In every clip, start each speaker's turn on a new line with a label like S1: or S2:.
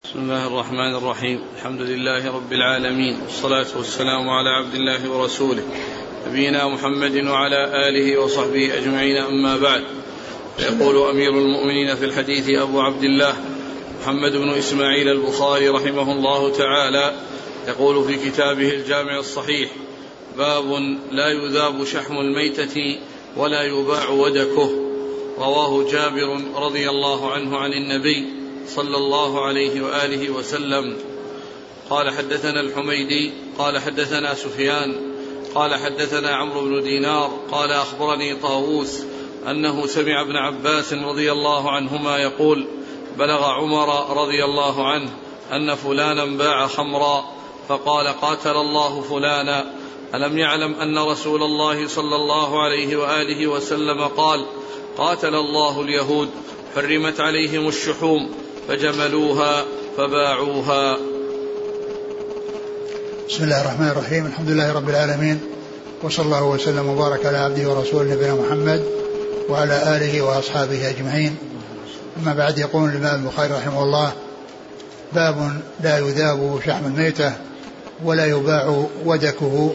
S1: بسم الله الرحمن الرحيم. الحمد لله رب العالمين، والصلاة والسلام على عبد الله ورسوله نبينا محمد وعلى آله وصحبه أجمعين، أما بعد. فيقول أمير المؤمنين في الحديث أبو عبد الله محمد بن إسماعيل البخاري رحمه الله تعالى، يقول في كتابه الجامع الصحيح: باب لا يذاب شحم الميتة ولا يباع ودكه. رواه جابر رضي الله عنه عن النبي صلى الله عليه وآله وسلم. قال: حدثنا الحميدي قال حدثنا سفيان قال حدثنا عمرو بن دينار قال أخبرني طاووس أنه سمع ابن عباس رضي الله عنهما يقول: بلغ عمر رضي الله عنه أن فلانا باع خمرا، فقال: قاتل الله فلانا. ألم يعلم أن رسول الله صلى الله عليه وآله وسلم قال: قاتل الله اليهود، حرمت عليهم الشحوم فجملوها فباعوها.
S2: بسم الله الرحمن الرحيم. الحمد لله رب العالمين، وصلى الله وسلم وبارك على عبده ورسوله نبينا محمد وعلى آله وأصحابه أجمعين. أما بعد، يقول الإمام البخاري رحمه الله: باب لا يذاب شحم الميتة ولا يباع ودكه.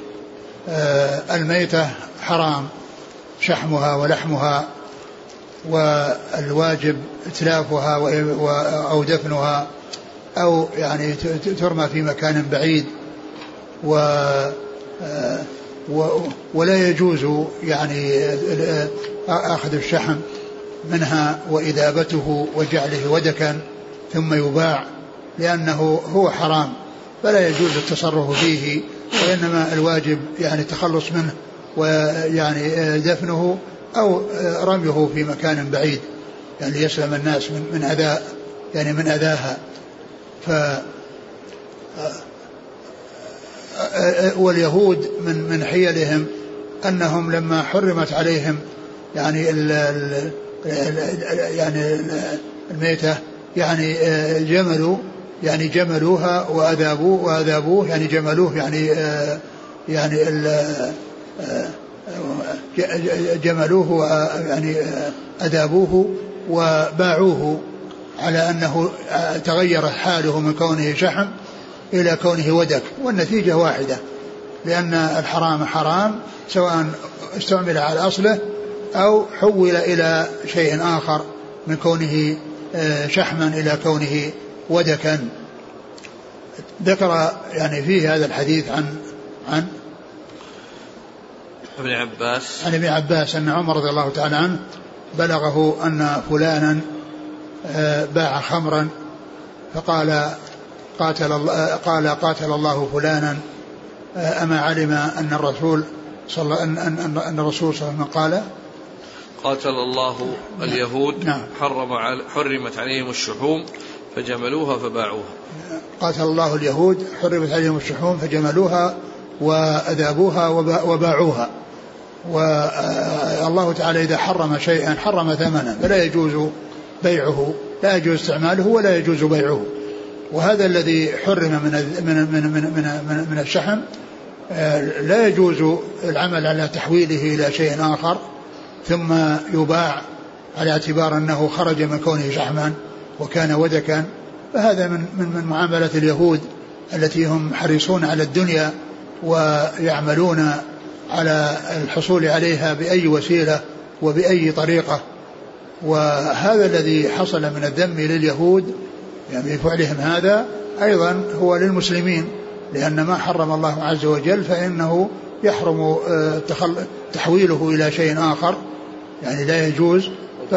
S2: الميتة حرام شحمها ولحمها، والواجب اتلافها أو دفنها، أو يعني ترمى في مكان بعيد، ولا يجوز يعني أخذ الشحم منها وإذابته وجعله ودكا ثم يباع، لأنه هو حرام فلا يجوز التصرف فيه، وإنما الواجب يعني التخلص منه، ويعني دفنه أو رميه في مكان بعيد، يعني يسلم الناس من أذى، يعني من أذاها. واليهود من حيلهم أنهم لما حرمت عليهم يعني يعني الميتة، يعني جملوها وأذابوه، يعني جملوه، يعني جملوه يعني أذابوه وباعوه، على أنه تغير حاله من كونه شحم إلى كونه ودك، والنتيجة واحدة، لأن الحرام حرام سواء استعمل على أصله أو حول إلى شيء آخر من كونه شحما إلى كونه ودكا. ذكر يعني فيه هذا الحديث عن ابن عباس أن عمر رضي الله تعالى عنه بلغه أن فلانا باع خمرا، فقال: قاتل الله فلانا. أما علم أن الرسول صلى الله عليه وسلم قال:
S1: قاتل الله اليهود. نعم. حرمت عليهم الشحوم فجملوها فباعوها.
S2: قاتل الله اليهود، حرمت عليهم الشحوم فجملوها وأذابوها وباعوها. والله تعالى إذا حرم شيئا حرم ثمنه، فلا يجوز بيعه، لا يجوز استعماله ولا يجوز بيعه. وهذا الذي حرم من الشحم لا يجوز العمل على تحويله إلى شيء آخر ثم يباع على اعتبار أنه خرج من كونه شحما وكان ودكا. فهذا من معاملة اليهود التي هم حريصون على الدنيا ويعملون على الحصول عليها بأي وسيلة وبأي طريقة. وهذا الذي حصل من الذم لليهود يعني بفعلهم هذا أيضا هو للمسلمين، لأن ما حرم الله عز وجل فإنه يحرم تحويله إلى شيء آخر، يعني لا يجوز،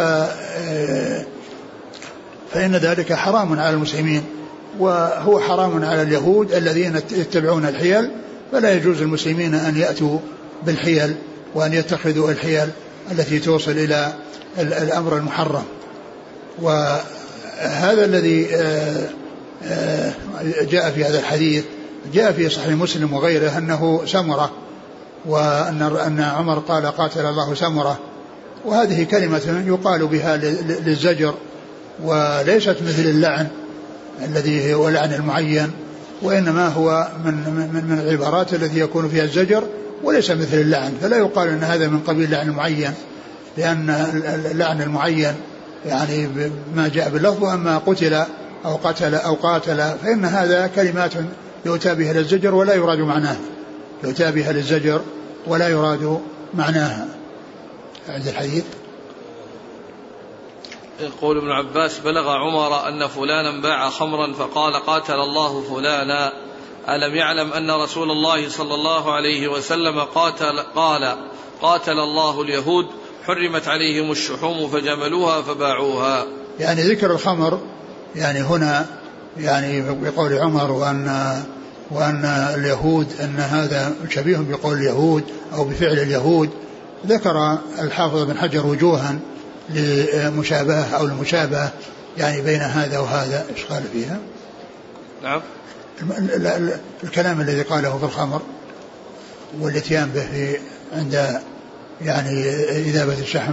S2: فإن ذلك حرام على المسلمين، وهو حرام على اليهود الذين يتبعون الحيل. فلا يجوز المسلمين أن يأتوا بالحيل وأن يتخذوا الحيل التي توصل إلى الأمر المحرم. وهذا الذي جاء في هذا الحديث جاء في صحيح مسلم وغيره أنه سمرة، وأن عمر قال: قاتل الله سمرة. وهذه كلمة يقال بها للزجر، وليست مثل اللعن الذي هو لعن المعين، وإنما هو من العبارات التي يكون فيها الزجر وليس مثل اللعن. فلا يقال أن هذا من قبيل لعن المعين، لأن اللعن المعين يعني ما جاء باللفظ، أما قتل أو قاتل، فإن هذا كلمات يؤتى بها للزجر ولا يراد معناها، يؤتى بها للزجر ولا يراد معناها. عند الحديث
S1: يقول ابن عباس: بلغ عمر أن فلانا باع خمرا فقال: قاتل الله فلانا، ألم يعلم أن رسول الله صلى الله عليه وسلم قاتل الله اليهود حرمت عليهم الشحوم فجملوها فباعوها.
S2: يعني ذكر الخمر يعني هنا يعني بقول عمر وأن اليهود أن هذا شبيه بقول اليهود أو بفعل اليهود. ذكر الحافظ بن حجر وجوها لمشابهة أو المشابهة يعني بين هذا وهذا. إيش قال فيها؟
S1: نعم.
S2: الكلام الذي قاله في الخمر والاتيان به عند يعني إذابة الشحم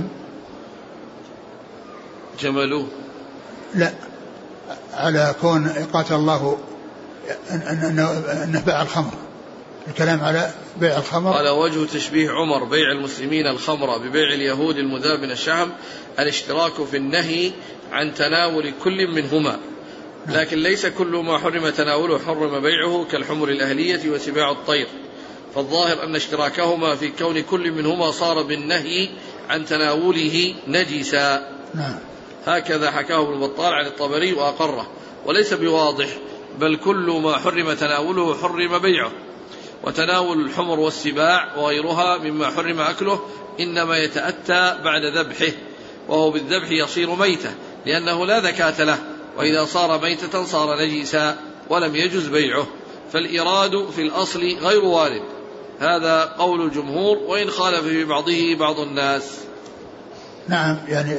S1: جملوه،
S2: لا على كون قاتل الله أنه باع الخمر، الكلام على بيع الخمر.
S1: قال: وجه تشبيه عمر بيع المسلمين الخمر ببيع اليهود المذاب من الشحم الاشتراك في النهي عن تناول كل منهما، لكن ليس كل ما حرم تناوله حرم بيعه كالحمر الأهلية وسباع الطير، فالظاهر أن اشتراكهما في كون كل منهما صار بالنهي عن تناوله نجسا.
S2: نعم.
S1: هكذا حكاه ابن بطال عن الطبري وأقره، وليس بواضح، بل كل ما حرم تناوله حرم بيعه، وتناول الحمر والسباع وغيرها مما حرم أكله إنما يتأتى بعد ذبحه، وهو بالذبح يصير ميتة لأنه لا ذكاة له، وإذا صار ميتة صار نجسا ولم يجز بيعه، فالإراد في الأصل غير وارد. هذا قول الجمهور، وإن خالف في بعضه بعض الناس.
S2: نعم. يعني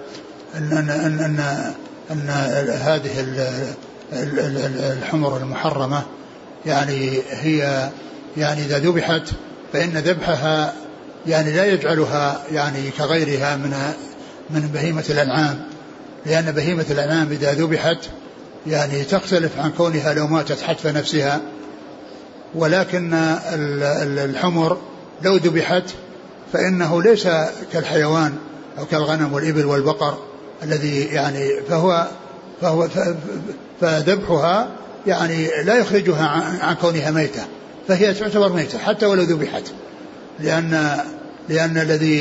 S2: أن هذه الحمر المحرمة يعني هي يعني إذا ذبحت فإن ذبحها يعني لا يجعلها يعني كغيرها من بهيمة الأنعام، لأن بهيمة الأنعام إذا ذبحت يعني تختلف عن كونها لو ماتت حتف نفسها، ولكن الحمر لو ذبحت فإنه ليس كالحيوان أو كالغنم والإبل والبقر الذي يعني فذبحها يعني لا يخرجها عن كونها ميتة، فهي تعتبر ميتة حتى ولو ذبحت، لأن الذي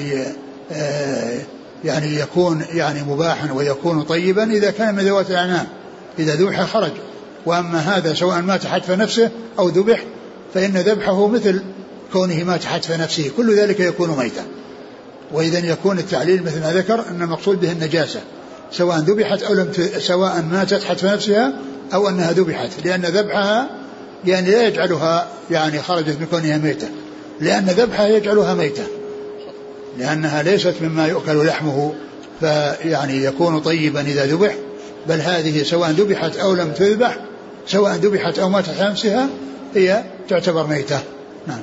S2: يعني يكون يعني مباحا ويكون طيبا إذا كان من ذوات الأنعام، إذا ذبح خرج. وأما هذا سواء مات حتف نفسه أو ذبح فإن ذبحه مثل كونه مات حتف نفسه، كل ذلك يكون ميتا. وإذا يكون التعليل مثل ما ذكر أن المقصود به النجاسة سواء ذبحت أو سواء ماتت حتف نفسها أو أنها ذبحت، لأن ذبحها يعني لا يجعلها يعني خرجت من كونها ميتة، لأن ذبحها يجعلها ميتة لأنها ليست مما يؤكل لحمه فيعني يكون طيبا إذا ذبح، بل هذه سواء ذبحت أو لم تذبح، سواء ذبحت أو ماتت نفسها هي تعتبر ميتة. نعم.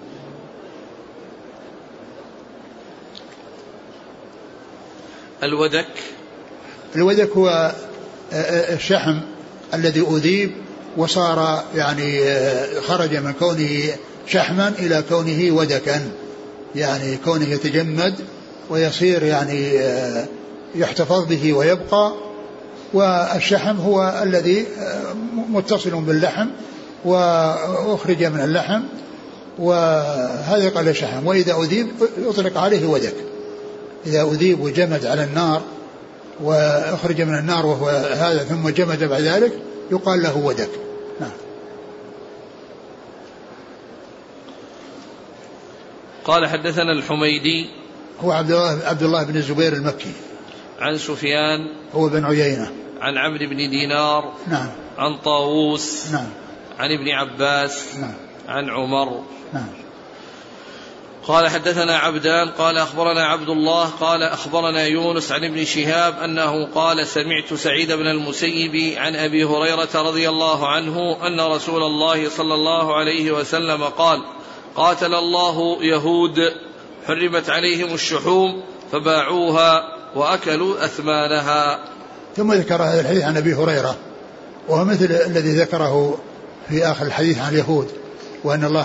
S2: الودك هو الشحم الذي أذيب وصار يعني خرج من كونه شحما إلى كونه ودكا، يعني كونه يتجمد ويصير يعني يحتفظ به ويبقى. والشحم هو الذي متصل باللحم وأخرج من اللحم، وهذا قال شحم. وإذا أذيب يطلق عليه ودك، إذا أذيب وجمد على النار وأخرج من النار وهو هذا ثم جمد بعد ذلك يقال له ودك. نعم.
S1: قال: حدثنا الحميدي
S2: هو عبد الله بن الزبير المكي،
S1: عن سفيان
S2: هو بن عيينة،
S1: عن عمرو بن دينار،
S2: نعم،
S1: عن طاووس،
S2: نعم،
S1: عن ابن عباس،
S2: نعم،
S1: عن عمر،
S2: نعم.
S1: قال: حدثنا عبدان قال أخبرنا عبد الله قال أخبرنا يونس عن ابن شهاب أنه قال: سمعت سعيد بن المسيب عن أبي هريرة رضي الله عنه أن رسول الله صلى الله عليه وسلم قال: قاتل الله يهود حرمت عليهم الشحوم فباعوها وأكلوا أثمانها.
S2: ثم ذكر هذا الحديث عن أبي هريرة، وهو مثل الذي ذكره في آخر الحديث عن اليهود، وأن الله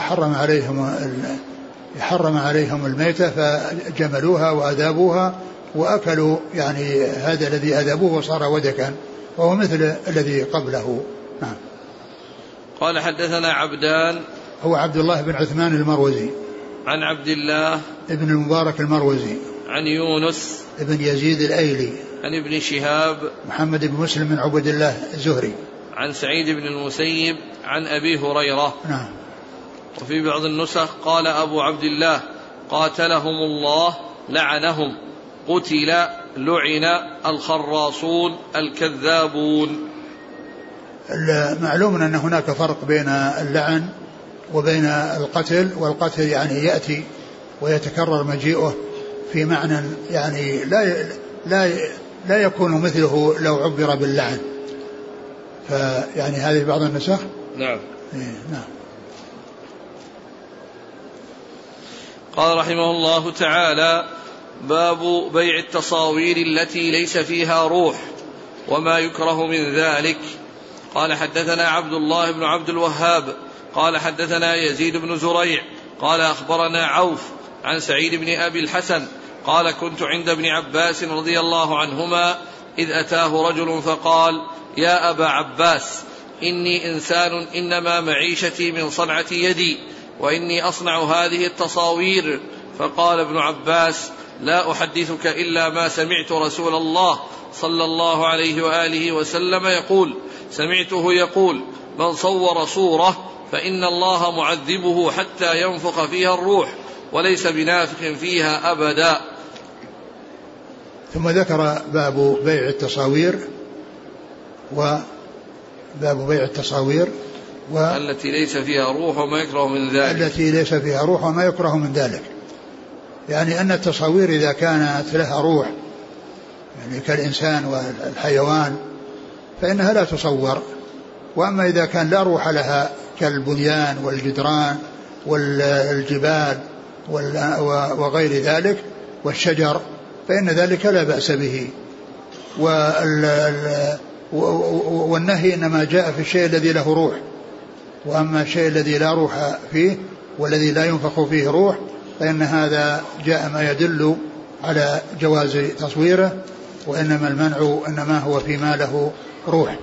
S2: حرم عليهم الميتة فجملوها وأذابوها وأكلوا يعني هذا الذي أذابوه وصار ودكا، وهو مثل الذي قبله. نعم.
S1: قال حدثنا عبدان،
S2: هو عبد الله بن عثمان المروزي،
S1: عن عبد الله
S2: ابن المبارك المروزي،
S1: عن يونس
S2: ابن يزيد الأيلي،
S1: عن ابن شهاب
S2: محمد بن مسلم بن عبد الله الزهري،
S1: عن سعيد بن المسيب عن أبي هريرة.
S2: نعم.
S1: وفي بعض النسخ قال أبو عبد الله قاتلهم الله لعنهم، قتل لعن الخراصون الكذابون.
S2: معلوم أن هناك فرق بين اللعن وبين القتل، والقتل يعني يأتي ويتكرر مجيئه في معنى يعني لا يكون مثله لو عبر باللعن، فيعني هذه بعض النسخ.
S1: نعم.
S2: نعم.
S1: قال رحمه الله تعالى: باب بيع التصاوير التي ليس فيها روح وما يكره من ذلك. قال حدثنا عبد الله بن عبد الوهاب قال حدثنا يزيد بن زريع قال أخبرنا عوف عن سعيد بن أبي الحسن قال: كنت عند ابن عباس رضي الله عنهما إذ أتاه رجل فقال: يا أبا عباس، إني إنسان إنما معيشتي من صنعة يدي، وإني أصنع هذه التصاوير. فقال ابن عباس: لا أحدثك إلا ما سمعت رسول الله صلى الله عليه وآله وسلم يقول: سمعته يقول: من صور صورة فإن الله معذبه حتى ينفخ فيها الروح، وليس بنافخ فيها أبدا.
S2: ثم ذكر باب بيع التصاوير، وباب بيع التصاوير
S1: التي ليس فيها روح وما يكره من ذلك.
S2: التي ليس فيها روح وما يكره من ذلك، يعني أن التصاوير إذا كانت لها روح، يعني كالإنسان والحيوان، فإنها لا تصور. وأما إذا كان لا روح لها كالبنيان والجدران والجبال وغير ذلك والشجر، فإن ذلك لا بأس به. والنهي إنما جاء في الشيء الذي له روح، وأما الشيء الذي لا روح فيه والذي لا ينفخ فيه روح فإن هذا جاء ما يدل على جواز تصويره، وإنما المنع إنما هو فيما له روح.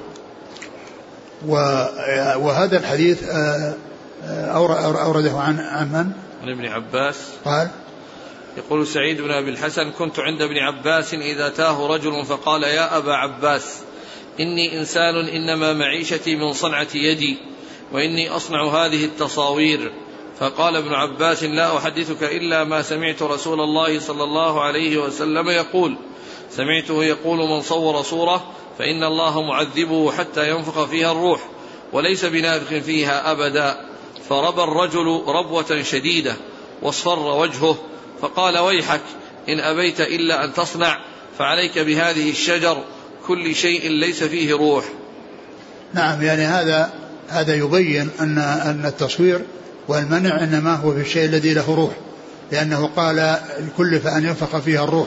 S2: وهذا الحديث أورده عن من؟
S1: عن ابن عباس
S2: قال:
S1: يقول سعيد بن أبي الحسن: كنت عند ابن عباس إذا أتاه رجل فقال: يا أبا عباس، إني إنسان إنما معيشتي من صنعة يدي، وإني أصنع هذه التصاوير. فقال ابن عباس: لا أحدثك إلا ما سمعت رسول الله صلى الله عليه وسلم يقول: سمعته يقول: من صور صورة فإن الله معذبه حتى ينفخ فيها الروح، وليس بنافخ فيها أبدا. فربى الرجل ربوة شديدة واصفر وجهه، فقال: ويحك، إن أبيت إلا أن تصنع فعليك بهذه الشجر، كل شيء ليس فيه روح.
S2: نعم، يعني هذا يبين أن التصوير والمنع إنما هو في الشيء الذي له روح، لأنه قال: كلف أن ينفخ فيها الروح.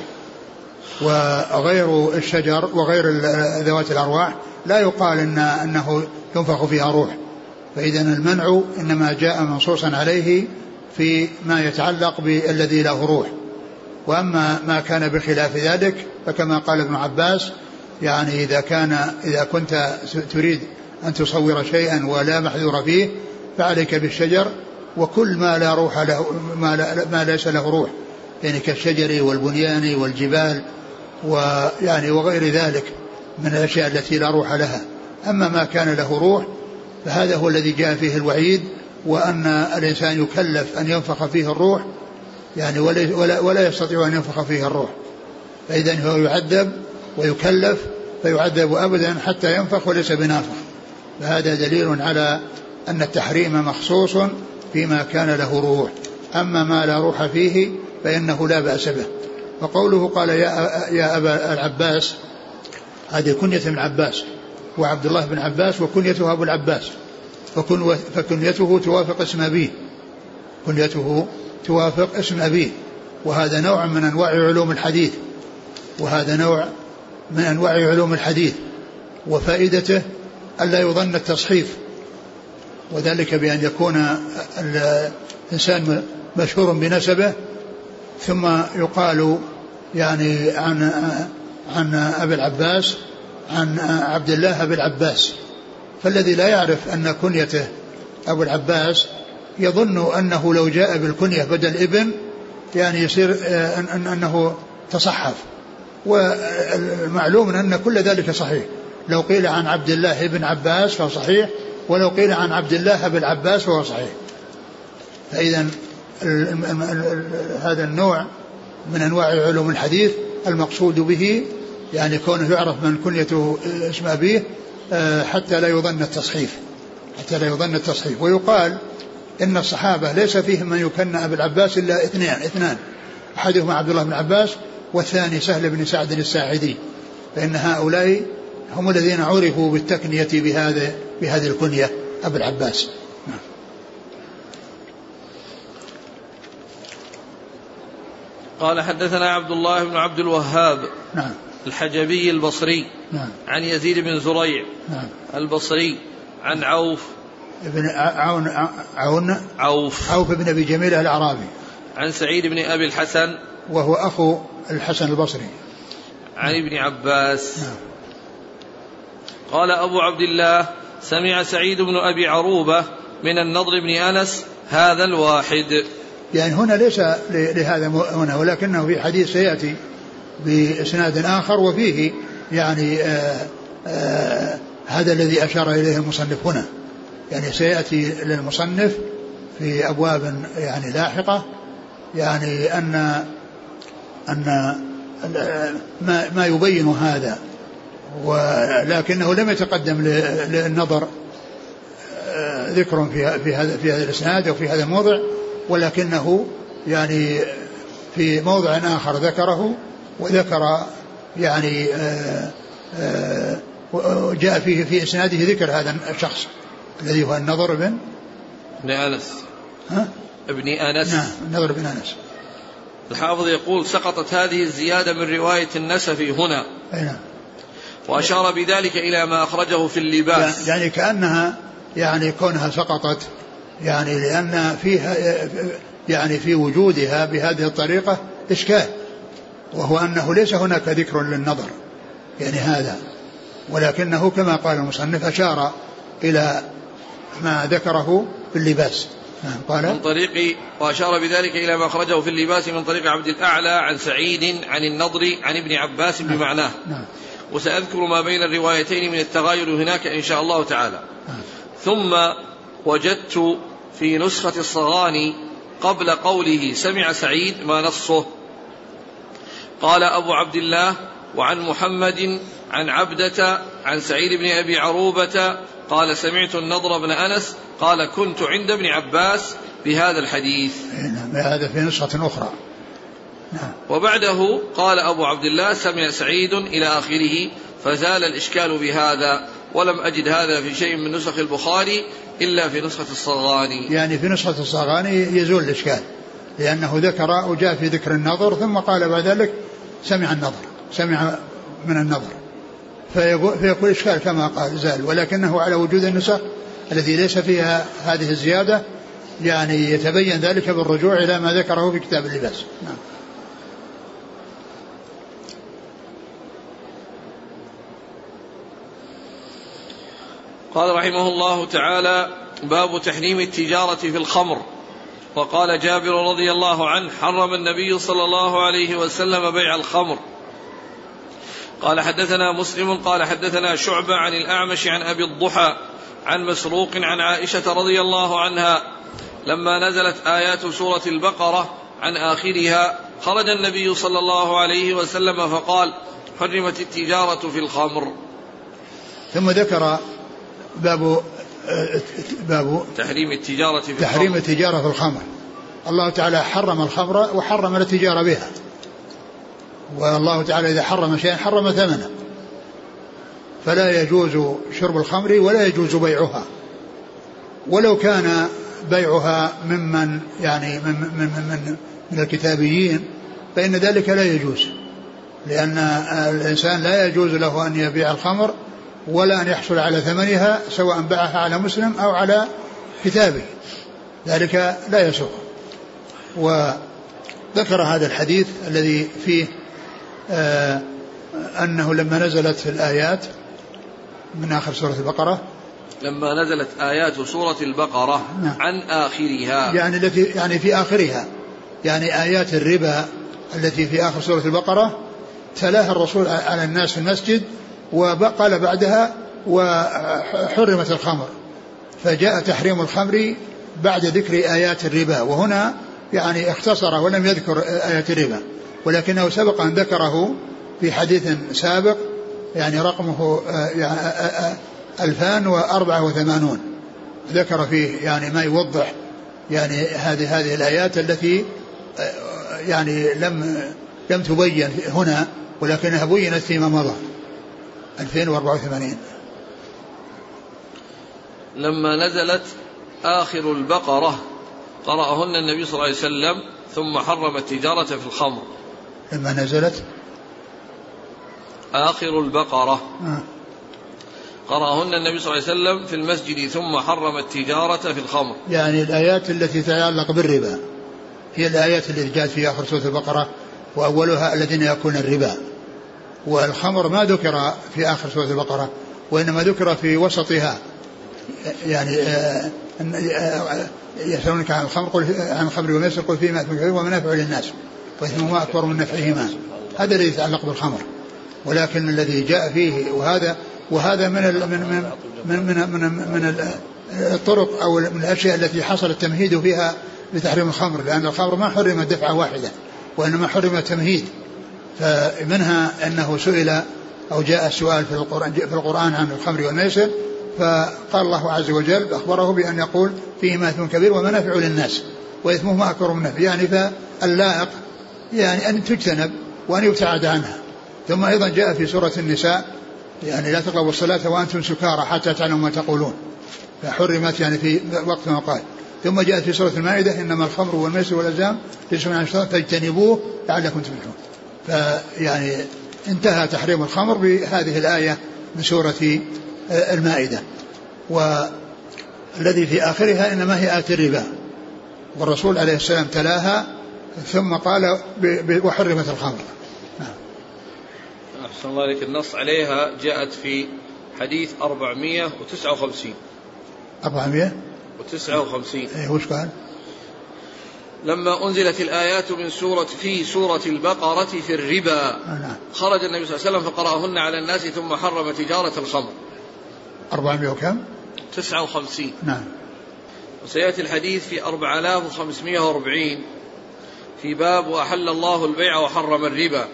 S2: وغير الشجر وغير ذوات الأرواح لا يقال أنه ينفخ فيها روح. فإذا المنع إنما جاء منصوصا عليه في ما يتعلق بالذي له روح. وأما ما كان بخلاف ذلك فكما قال ابن عباس، يعني إذا كنت تريد أن تصور شيئا ولا محذور فيه فعليك بالشجر، وكل ما لا روح له، ما ليس له روح، يعني كالشجر والبنيان والجبال ويعني وغير ذلك من الأشياء التي لا روح لها. أما ما كان له روح فهذا هو الذي جاء فيه الوعيد، وأن الإنسان يكلف أن ينفخ فيه الروح، يعني ولا يستطيع أن ينفخ فيه الروح، فإذا هو يعذب ويكلف، فيعذب أبدا حتى ينفخ وليس بنافخ. فهذا دليل على أن التحريم مخصوص فيما كان له روح، أما ما لا روح فيه فإنه لا بأس به. وقوله قال: يا أبا العباس، هذه كنية ابن عباس، وعبد الله بن عباس وكنيته أبو العباس، فكنيته توافق اسم أبيه، كنيته توافق اسم أبيه. وهذا نوع من أنواع علوم الحديث، وفائدته ألا يظن التصحيف، وذلك بأن يكون الإنسان مشهور بنسبه ثم يقال يعني عن أبي العباس عن عبد الله أبي العباس، فالذي لا يعرف أن كنيته أبو العباس يظن أنه لو جاء بالكنية بدل ابن يعني يصير أنه تصحف، والمعلوم أن كل ذلك صحيح. لو قيل عن عبد الله ابن عباس فهو صحيح، ولو قيل عن عبد الله أبي العباس فهو صحيح. فإذا هذا النوع من أنواع علوم الحديث المقصود به يعني كونه يعرف من كنيته اسم أبيه حتى لا يظن التصحيف. ويقال إن الصحابة ليس فيهم من يكنى أبي العباس إلا اثنان، أحدهما عبد الله بن عباس والثاني سهل بن سعد الساعدي، فإن هؤلاء هم الذين عرفوا بالتكنية بهذه الكنية أبي العباس.
S1: قال حدثنا عبد الله بن عبد الوهاب
S2: نعم
S1: الحجبي البصري
S2: نعم
S1: عن يزيد بن زريع
S2: نعم
S1: البصري عن عوف
S2: بن أبي جميلة الأعرابي
S1: عن سعيد بن أبي الحسن
S2: وهو أخو الحسن البصري
S1: عن ابن عباس.
S2: نعم.
S1: قال أبو عبد الله سمع سعيد بن أبي عروبة من النضر بن أنس هذا الواحد.
S2: يعني هنا ليس لهذا هنا، ولكنه في حديث سيأتي بإسناد آخر وفيه يعني هذا الذي أشار إليه المصنف هنا، يعني سيأتي للمصنف في أبواب يعني لاحقة يعني أن ما يبين هذا، ولكنه لم يتقدم للنظر ذكر في هذا الإسناد أو في هذا الموضع، ولكنه يعني في موضع آخر ذكره، وذكر يعني جاء فيه في إسناده ذكر هذا الشخص الذي هو النضر بن
S1: أنس ابن أنس.
S2: نعم النضر بن أنس.
S1: الحافظ يقول سقطت هذه الزيادة من رواية النسفي هنا.
S2: نعم.
S1: وأشار بذلك إلى ما أخرجه في اللباس،
S2: يعني كأنها يعني كونها سقطت يعني لأن فيها يعني في وجودها بهذه الطريقة إشكال، وهو أنه ليس هناك ذكر للنظر يعني هذا، ولكنه كما قال المصنف أشار إلى ما ذكره في اللباس. قال
S1: من طريق وأشار بذلك إلى ما أخرجه في اللباس من طريق عبد الأعلى عن سعيد عن النضر عن ابن عباس بمعناه. وسأذكر ما بين الروايتين من التغاير هناك إن شاء الله تعالى. ثم وجدت في نسخة الصغاني قبل قوله سمع سعيد ما نصه. قال أبو عبد الله وعن محمد عن عبدة عن سعيد بن أبي عروبة قال سمعت النضر بن أنس قال كنت عند ابن عباس بهذا الحديث.
S2: هذا في نسخة أخرى.
S1: وبعده قال أبو عبد الله سمع سعيد إلى آخره، فزال الإشكال بهذا، ولم أجد هذا في شيء من نسخ البخاري إلا في نسخة الصغاني.
S2: يعني في نسخة الصغاني يزول الإشكال، لأنه ذكر وجاء في ذكر النظر ثم قال بعد ذلك سمع النظر، سمع من النظر، فيكون إشكال كما قال زال. ولكنه على وجود النسخ التي ليس فيها هذه الزيادة يعني يتبين ذلك بالرجوع إلى ما ذكره في كتاب اللباس. نعم.
S1: قال رحمه الله تعالى باب تحريم التجارة في الخمر. وقال جابر رضي الله عنه حرم النبي صلى الله عليه وسلم بيع الخمر. قال حدثنا مسلم قال حدثنا شعبة عن الأعمش عن أبي الضحى عن مسروق عن عائشة رضي الله عنها لما نزلت آيات سورة البقرة عن آخرها خرج النبي صلى الله عليه وسلم فقال حرمت التجارة في الخمر.
S2: ثم ذكر باب
S1: تحريم التجارة
S2: في الخمر. الله تعالى حرم الخمر وحرم التجارة بها، والله تعالى إذا حرم شيئا حرم ثمنه، فلا يجوز شرب الخمر ولا يجوز بيعها، ولو كان بيعها ممن يعني من الكتابيين فإن ذلك لا يجوز، لأن الإنسان لا يجوز له أن يبيع الخمر ولا أن يحصل على ثمنها سواء باعها على مسلم أو على كتابه، ذلك لا يسوق. وذكر هذا الحديث الذي فيه أنه لما نزلت الآيات من آخر سورة البقرة،
S1: لما نزلت آيات سورة البقرة عن آخرها،
S2: يعني التي يعني في آخرها، يعني آيات الربا التي في آخر سورة البقرة تلاها الرسول على الناس في المسجد، وقال بعدها وحرمت الخمر، فجاء تحريم الخمر بعد ذكر آيات الربا. وهنا يعني اختصر ولم يذكر آيات الربا، ولكنه سبق أن ذكره في حديث سابق يعني رقمه 2084، ذكر فيه يعني ما يوضح يعني هذه الآيات التي يعني لم تبين هنا، ولكنها بينت فيما مضى. 2084
S1: لما نزلت آخر البقرة قرأهن النبي صلى الله عليه وسلم ثم حرم التجارة في الخمر.
S2: لما نزلت
S1: آخر البقرة قرأهن النبي صلى الله عليه وسلم في المسجد ثم حرم التجارة في الخمر،
S2: يعني الآيات التي تتعلق بالربا هي الآيات التي جاءت في آخر سورة البقرة، وأولها الذين يأكلون الربا. والخمر ما ذكر في آخر سورة البقرة، وإنما ذكر في وسطها، يعني يسألونك عن الخمر والميسر قل فيهما إثم كبير ومنافع للناس وإثمهما أكبر من نفعهما. هذا الذي يتعلق بالخمر، ولكن الذي جاء فيه وهذا من الطرق أو من الأشياء التي حصل التمهيد فيها لتحريم الخمر، لأن الخمر ما حرم دفعة واحدة وإنما حرم تمهيد. فمنها أنه سئل أو جاء السؤال في القرآن عن الخمر والميسر، فقال الله عز وجل أخبره بأن يقول فيهما إثم كبير ومنافع للناس وإثمهما أكبر من نفعه، يعني فاللائق يعني أن تجتنب وأن يبتعد عنها. ثم أيضا جاء في سورة النساء يعني لا تقربوا الصلاة وأنتم سكارى حتى تعلموا ما تقولون، فحرمت يعني في وقت ما قال. ثم جاءت في سورة المائدة إنما الخمر والميسر والأزلام رجس من الشيطان فاجتنبوه لعلكم تفلحون. فيعني انتهى تحريم الخمر بهذه الآية من سورة المائدة، والذي في آخرها إنما هي آيات الربا، والرسول عليه السلام تلاها ثم قال وحرمت الخمر.
S1: أحسن الله عليك. النص عليها جاءت في حديث 459. 459
S2: وش قال؟
S1: لما أنزلت الآيات في سورة البقرة في الربا خرج النبي صلى الله عليه وسلم فقرأهن على الناس ثم حرم تجارة الخمر.
S2: 400 وكم؟
S1: 59.
S2: نعم.
S1: وسيأتي الحديث في 4540 في باب وأحل الله البيع وحرم الربا.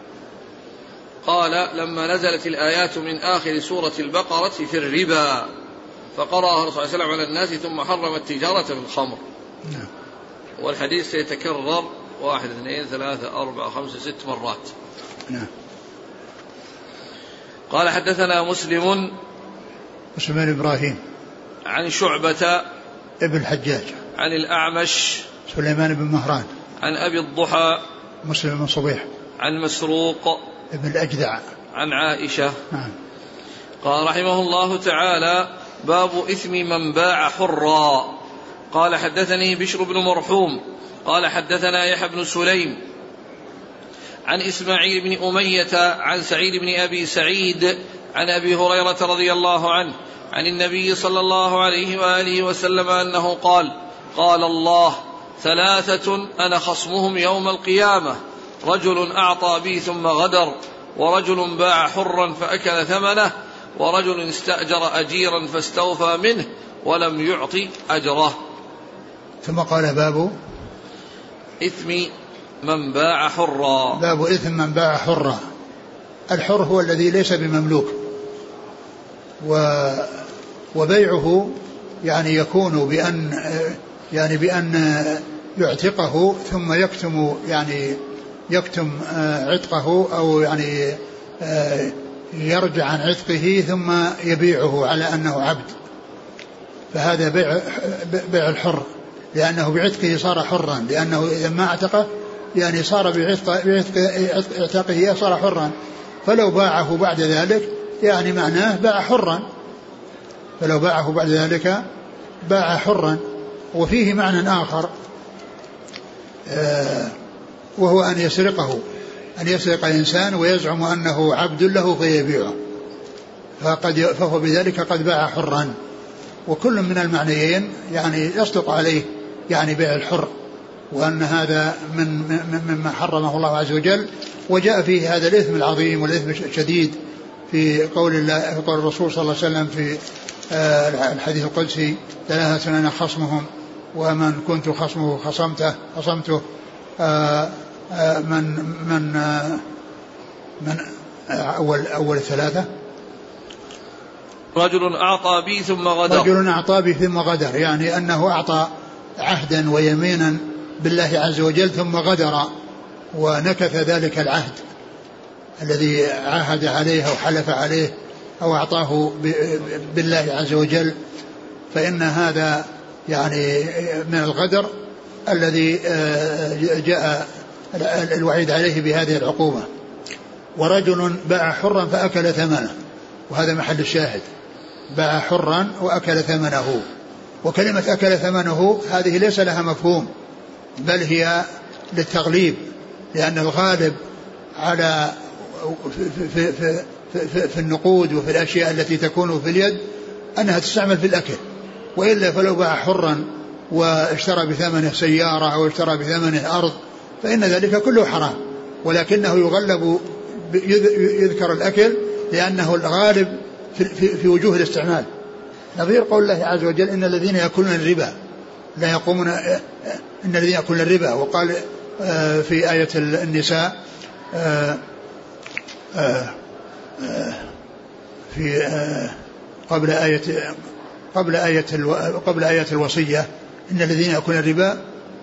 S1: قال لما نزلت الآيات من آخر سورة البقرة في الربا فقرأها الرسول صلى الله عليه وسلم على الناس ثم حرم التجارة في الخمر.
S2: نعم.
S1: والحديث سيتكرر 1 2 3 4 5 6 مرات.
S2: نعم.
S1: قال حدثنا مسلم
S2: إبراهيم
S1: عن شعبة
S2: ابن الحجاج
S1: عن الأعمش
S2: سليمان بن مهران عن
S1: أبي الضحى
S2: مسلم بن صبيح
S1: عن مسروق
S2: ابن الأجدع عن
S1: عائشة.
S2: نعم.
S1: قال رحمه الله تعالى باب إثم من باع حرا. قال حدثني بشر بن مرحوم قال حدثنا يحيى بن سليم عن إسماعيل بن أمية عن سعيد بن أبي سعيد عن أبي هريرة رضي الله عنه عن النبي صلى الله عليه وآله وسلم أنه قال قال الله 3 أنا خصمهم يوم القيامة رجل أعطى بي ثم غدر ورجل باع حرا فأكل ثمنه ورجل استأجر أجيرا فاستوفى منه ولم يعطي أجره.
S2: ثم قال باب
S1: إثم من باع حرا.
S2: باب إثم من باع حرا. الحر هو الذي ليس بمملوك، وبيعه يعني يكون بأن يعتقه ثم يكتم عتقه أو يعني يرجع عن عتقه ثم يبيعه على أنه عبد، فهذا بيع الحر، لأنه بعتقه صار حرا، لأنه إذا ما اعتقه يعني صار بعتقه صار حرا، فلو باعه بعد ذلك يعني معناه باع حرا، فلو باعه بعد ذلك باع حرا. وفيه معنى آخر وهو أن يسرقه أن يسرق إنسان ويزعم أنه عبد له فيبيعه، فهو بذلك قد باع حرا. وكل من المعنيين يعني يصدق عليه يعني بيع الحر، وأن هذا مما حرمه الله عز وجل. وجاء فيه هذا الإثم العظيم والإثم الشديد في قول الرسول صلى الله عليه وسلم في الحديث القدسي: 3 أنا خصمهم ومن كنت خصمه خصمته. من أول 3:
S1: رجل أعطى بي ثم غدر.
S2: رجل أعطى بي ثم غدر، يعني أنه أعطى عهدا ويمينا بالله عز وجل ثم غدر ونكث ذلك العهد الذي عاهد عليه أو حلف عليه أو أعطاه بالله عز وجل، فإن هذا يعني من الغدر الذي جاء الوعيد عليه بهذه العقوبة. ورجل باع حرا فأكل ثمنه، وهذا محل الشاهد، باع حرا وأكل ثمنه. وكلمة أكل ثمنه هذه ليس لها مفهوم، بل هي للتغليب، لأن الغالب على في النقود وفي الأشياء التي تكون في اليد أنها تستعمل في الأكل، وإلا فلو باع حرا واشترى بثمنه سيارة أو اشترى بثمنه أرض فإن ذلك كله حرام، ولكنه يغلب يذكر الأكل لأنه الغالب في وجوه الاستعمال. نظير قول الله عز وجل: إن الذين يأكلون الربا لا يقومون، إن الذين يأكلون الربا. وقال في آية النساء في قبل آية الوصية: إن الذين يأكلون الربا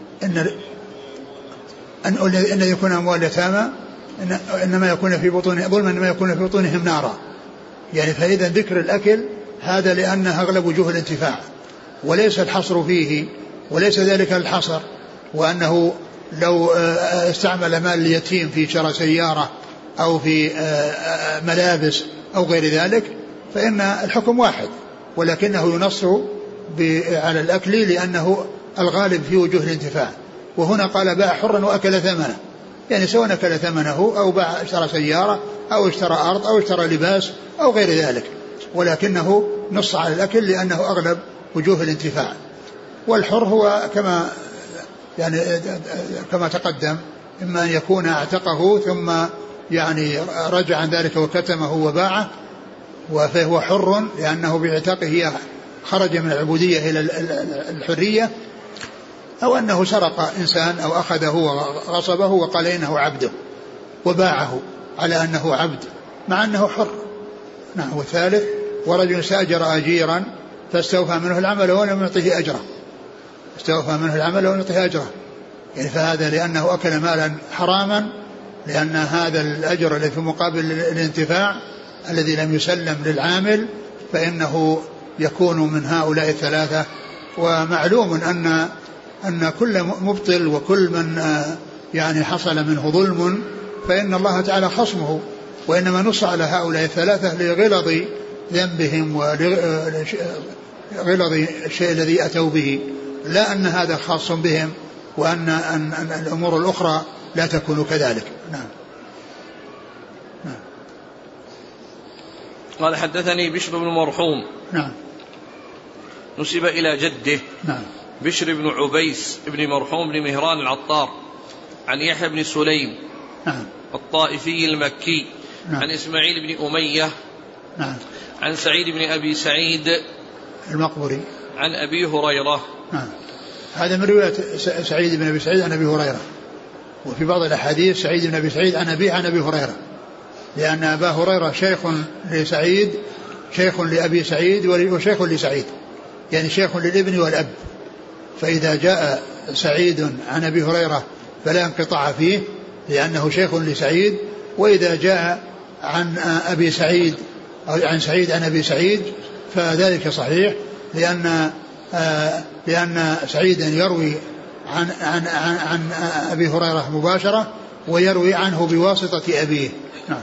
S2: أن يكون أموال اليتامى إنما يكون في بطونهم ظلما إنما يكون في بطونهم نارا. يعني فإذا ذكر الأكل هذا لأنه أغلب وجوه الانتفاع، وليس الحصر فيه، وليس ذلك الحصر، وأنه لو استعمل مال اليتيم في شراء سيارة أو في ملابس أو غير ذلك فإن الحكم واحد، ولكنه ينص على الأكل لأنه الغالب في وجوه الانتفاع. وهنا قال: باع حرا وأكل ثمنه، يعني سواء أكل ثمنه أو باع اشترى سيارة أو اشترى أرض أو اشترى لباس أو غير ذلك، ولكنه نص على الأكل لأنه أغلب وجوه الانتفاع. والحر هو كما تقدم، إما أن يكون اعتقه ثم يعني رجع عن ذلك وكتمه وباعه فهو حر لأنه باعتقه خرج من العبودية إلى الحرية، أو أنه سرق إنسان أو أخذه وغصبه وقال إنه عبده وباعه على أنه عبد مع أنه حر. نعم. والثالث: ورجل استأجر أجيرا فاستوفى منه العمل ولم يعطه أجره. استوفى منه العمل ولم يعطه أجره، يعني فهذا لأنه أكل مالا حراما، لأن هذا الأجر الذي في مقابل الانتفاع الذي لم يسلم للعامل فإنه يكون من هؤلاء الثلاثة. ومعلوم أن كل مبطل وكل من يعني حصل منه ظلم فإن الله تعالى خصمه، وإنما نص على هؤلاء الثلاثة لغلظ ذنبهم ولغلظ الشيء الذي أتوا به، لا أن هذا خاص بهم وأن الأمور الأخرى لا تكون كذلك. نعم.
S1: قال: حدثني بشر بن مرحوم.
S2: نعم.
S1: نسب إلى جده.
S2: نعم.
S1: بشر بن عبيس بن مرحوم بن مهران العطار عن يحيى بن سليم.
S2: نعم.
S1: الطائفي المكي. نعم. عن إسماعيل بن أمية.
S2: نعم.
S1: عن سعيد بن أبي سعيد
S2: المقبري
S1: عن أبي هريرة.
S2: نعم. هذا من رواية سعيد بن أبي سعيد عن أبي هريرة. وفي بعض الأحاديث سعيد بن أبي سعيد عن أبي هريرة، لأن أبا هريرة شيخ لسعيد، شيخ لأبي سعيد وشيخ لسعيد، يعني شيخ للابن والأب. فإذا جاء سعيد عن أبي هريرة فلا انقطاع فيه لأنه شيخ لسعيد، وإذا جاء عن أبي سعيد أو عن سعيد عن أبي سعيد فذلك صحيح، لأن سعيدا يروي عن أبي هريرة مباشرة ويروي عنه بواسطة أبيه. نعم.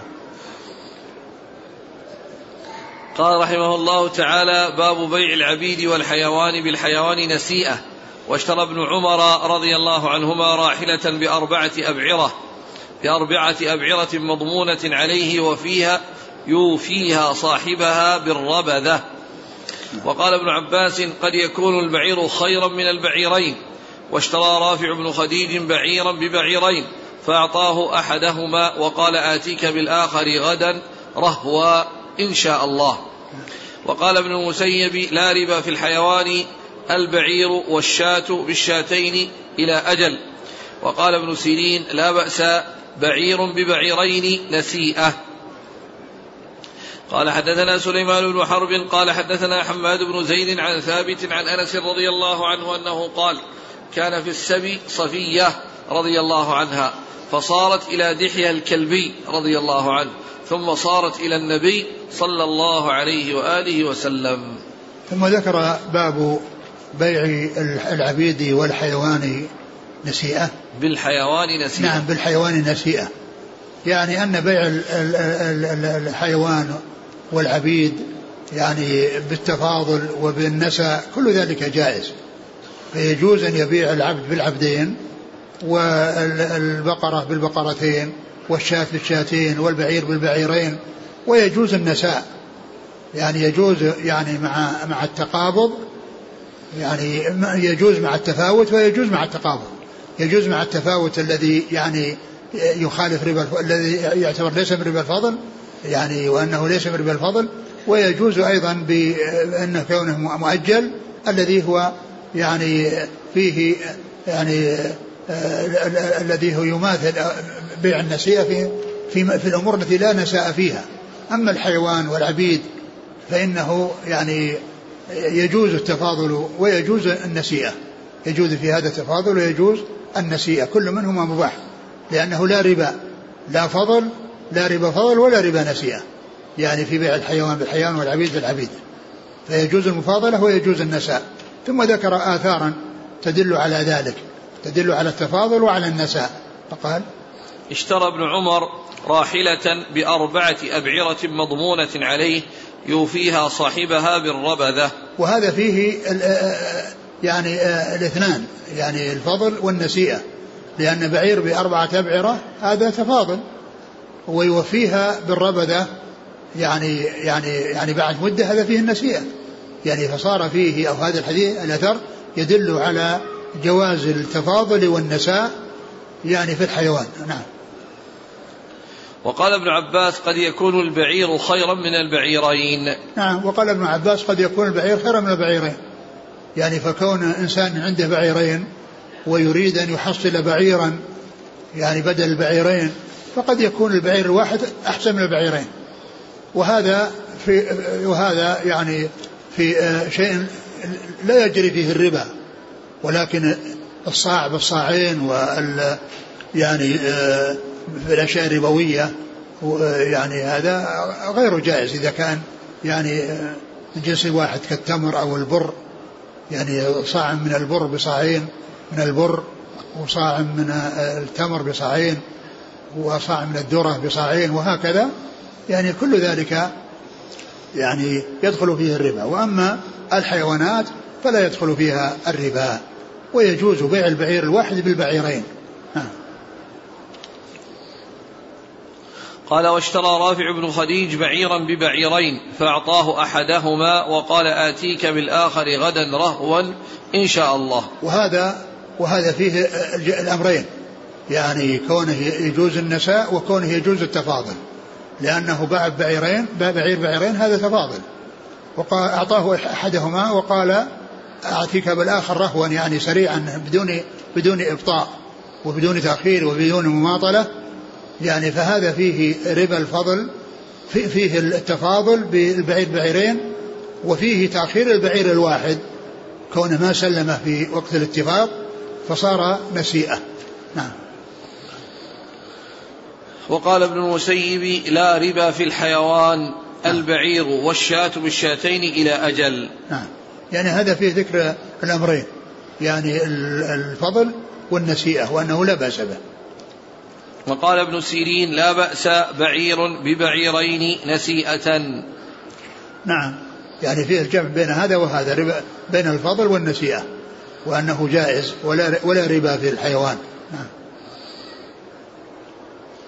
S1: قال رحمه الله تعالى: باب بيع العبيد والحيوان بالحيوان نسيئة. واشترى ابن عمر رضي الله عنهما راحلة ب4 أبعرة ب4 أبعرة مضمونة عليه وفيها يوفيها صاحبها بالربذة. وقال ابن عباس قد يكون البعير خيرا من البعيرين. واشترى رافع بن خديج بعيرا ببعيرين فأعطاه أحدهما وقال آتيك بالآخر غدا رهوا إن شاء الله. وقال ابن المسيب لا ربا في الحيوان البعير والشاة بالشاتين إلى أجل. وقال ابن سيرين لا بأس بعير ببعيرين نسيئة. قال حدثنا سليمان بن حرب قال حدثنا حماد بن زيد عن ثابت عن أنس رضي الله عنه أنه قال كان في السبي صفية رضي الله عنها فصارت إلى دحية الكلبي رضي الله عنه ثم صارت إلى النبي صلى الله عليه وآله وسلم.
S2: ثم ذكر باب بيع العبيد والحيوان نسيئة.
S1: بالحيوان نسيئة.
S2: نعم بالحيوان نسيئة، يعني أن بيع الحيوان والعبيد يعني بالتفاضل وبالنسى كل ذلك جائز، فيجوز أن يبيع العبد بالعبدين والبقرة بالبقرتين والشاة بالشاتين والبعير بالبعيرين، ويجوز النساء، يعني يجوز يعني مع التقابض، يعني يجوز مع التفاوت ويجوز مع التقابض. يجوز مع التفاوت الذي يعني يخالف ربا، الذي يعتبر ليس من ربا الفضل يعني وأنه ليس من ربا الفضل، ويجوز أيضا بأن كونه مؤجل الذي هو يعني فيه يعني الذي هو يماثل بيع النسيئة في الأمور التي لا نساء فيها. أما الحيوان والعبيد فإنه يعني يجوز التفاضل ويجوز النسيئة، يجوز في هذا التفاضل ويجوز النسيئة، كل منهما مباح، لأنه لا ربا، لا فضل، لا ربا فضل ولا ربا نسيئة، يعني في بيع الحيوان بالحيوان والعبيد بالعبيد، فيجوز المفاضلة ويجوز النساء. ثم ذكر آثارا تدل على ذلك، تدل على التفاضل وعلى النساء. فقال
S1: اشترى ابن عمر راحلة ب4 أبعرة مضمونة عليه يوفيها صاحبها بالربذة.
S2: وهذا فيه يعني الاثنان، يعني الفضل والنسيئة، لأن بعير ب4 أبعرة هذا تفاضل، ويوفيها بالربذة يعني بعد مدة هذا فيه النسيئة، يعني فصار فيه أو هذا الحديث الأثر يدل على جواز التفاضل والنساء يعني في الحيوان. نعم.
S1: وقال ابن عباس قد يكون البعير خيرا من البعيرين.
S2: نعم. وقال ابن عباس قد يكون البعير خيرا من البعيرين، يعني فكون إنسان عنده بعيرين ويريد أن يحصل بعيرا يعني بدل البعيرين، فقد يكون البعير الواحد أحسن من البعيرين. وهذا يعني في شيء لا يجري فيه الربا، ولكن الصاع بالصاعين يعني في الأشياء الربوية يعني هذا غير جائز إذا كان يعني من جنس واحد كالتمر أو البر، يعني صاع من البر بصاعين من البر، وصاع من التمر بصاعين، وصاع من الذرة بصاعين، وهكذا، يعني كل ذلك يعني يدخل فيه الربا. وأما الحيوانات فلا يدخل فيها الربا، ويجوز بيع البعير الواحد بالبعيرين.
S1: قال واشترى رافع بن خديج بعيرا ببعيرين فأعطاه أحدهما وقال آتيك بالآخر غدا رهوا إن شاء الله.
S2: وهذا فيه الأمرين، يعني كونه يجوز النساء وكونه يجوز التفاضل، لأنه باع بعيرين هذا تفاضل، وقال أعطاه أحدهما وقال أعطيك بالآخر رهوا، يعني سريعا بدون إبطاء وبدون تأخير وبدون مماطلة، يعني فهذا فيه ربا الفضل، فيه التفاضل بالبعير بعيرين، وفيه تأخير البعير الواحد كونه ما سلم في وقت الاتفاق فصار نسيئة. نعم.
S1: وقال ابن المسيب لا ربا في الحيوان البعير والشاة بالشاتين إلى أجل.
S2: نعم. يعني هذا فيه ذكر الأمرين، يعني الفضل والنسيئة، وأنه لا بأس به.
S1: وقال ابن سيرين لا بأس بعير ببعيرين نسيئة.
S2: نعم، يعني فيه الجمع بين هذا وهذا، ربا بين الفضل والنسيئة، وأنه جائز ولا ربا في الحيوان. نعم.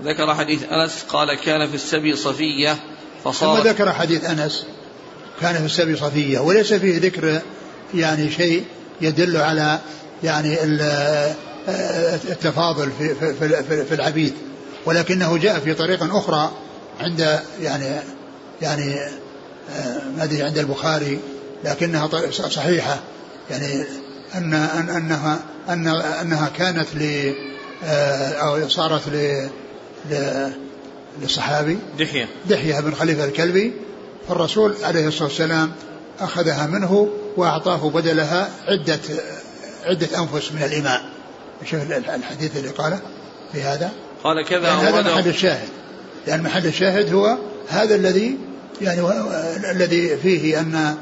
S1: ذكر حديث أنس قال كان في السبي صفية فصارت.
S2: ثم ذكر حديث أنس كان في السبي صفية، وليس فيه ذكر يعني شيء يدل على يعني التفاضل في العبيد، ولكنه جاء في طريق أخرى عند يعني ما أدري عند البخاري، لكنها صحيحة، يعني أنها كانت أو صارت للصحابي دحية بن خليفة الكلبي، فالرسول عليه الصلاة والسلام أخذها منه وأعطاه بدلها عدة أنفس من الإماء. شوف الحديث اللي قاله في هذا،
S1: قال كذا،
S2: هذا محل الشاهد، لأن محل الشاهد هو هذا الذي يعني الذي فيه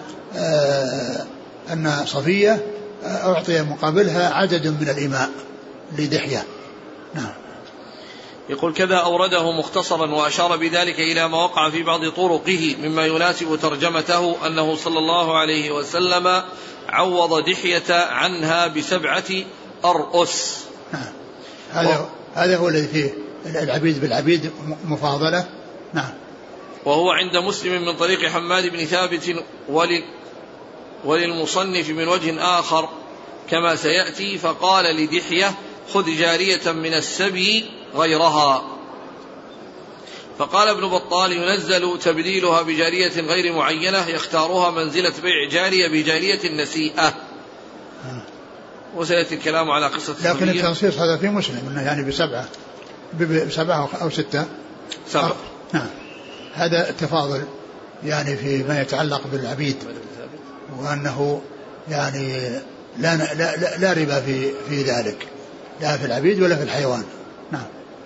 S2: أن صفية أعطي مقابلها عدد من الإماء لدحية. نعم.
S1: يقول كذا أورده مختصرا وأشار بذلك إلى ما وقع في بعض طرقه مما يناسب ترجمته أنه صلى الله عليه وسلم عوض دحية عنها ب7 أرؤس.
S2: نعم. هذا هو الذي فيه العبيد بالعبيد مفاضلة. نعم.
S1: وهو عند مسلم من طريق حماد بن ثابت وللمصنف من وجه آخر كما سيأتي، فقال لدحية خذ جارية من السبي غيرها، فقال ابن بطال ينزل تبديلها بجارية غير معينة يختارها منزلة بيع جارية بجارية النسيئة. وسيأتي الكلام على قصة
S2: لكن التنصيص هذا في مسلم إنه يعني بسبعة أو 6. نعم. هذا التفاضل يعني فيما يتعلق بالعبيد، وأنه يعني لا ربا في ذلك، لا في العبيد ولا في الحيوان. نعم.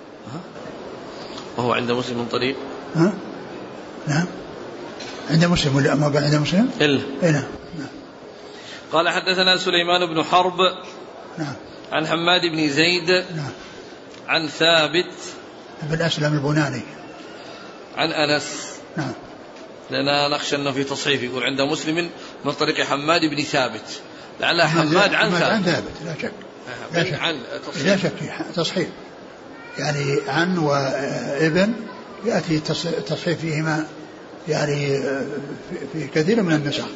S1: وهو عند مسلم من طريق
S2: نعم عند مسلم، ولا ما قال عند مسلم
S1: إلا
S2: نعم.
S1: قال حدثنا سليمان بن حرب
S2: نعم
S1: عن حماد بن زيد
S2: نعم
S1: عن ثابت
S2: بن أسلم البناني
S1: عن أنس.
S2: نعم.
S1: لأننا نخشى أنه في تصحيف يقول عند مسلم من طريق حماد بن ثابت، لعلها حماد عن ثابت.
S2: لا شك لا شك تصحيف، يعني عن وابن يأتي تصحيف فيهما يعني في كثير من النسخ.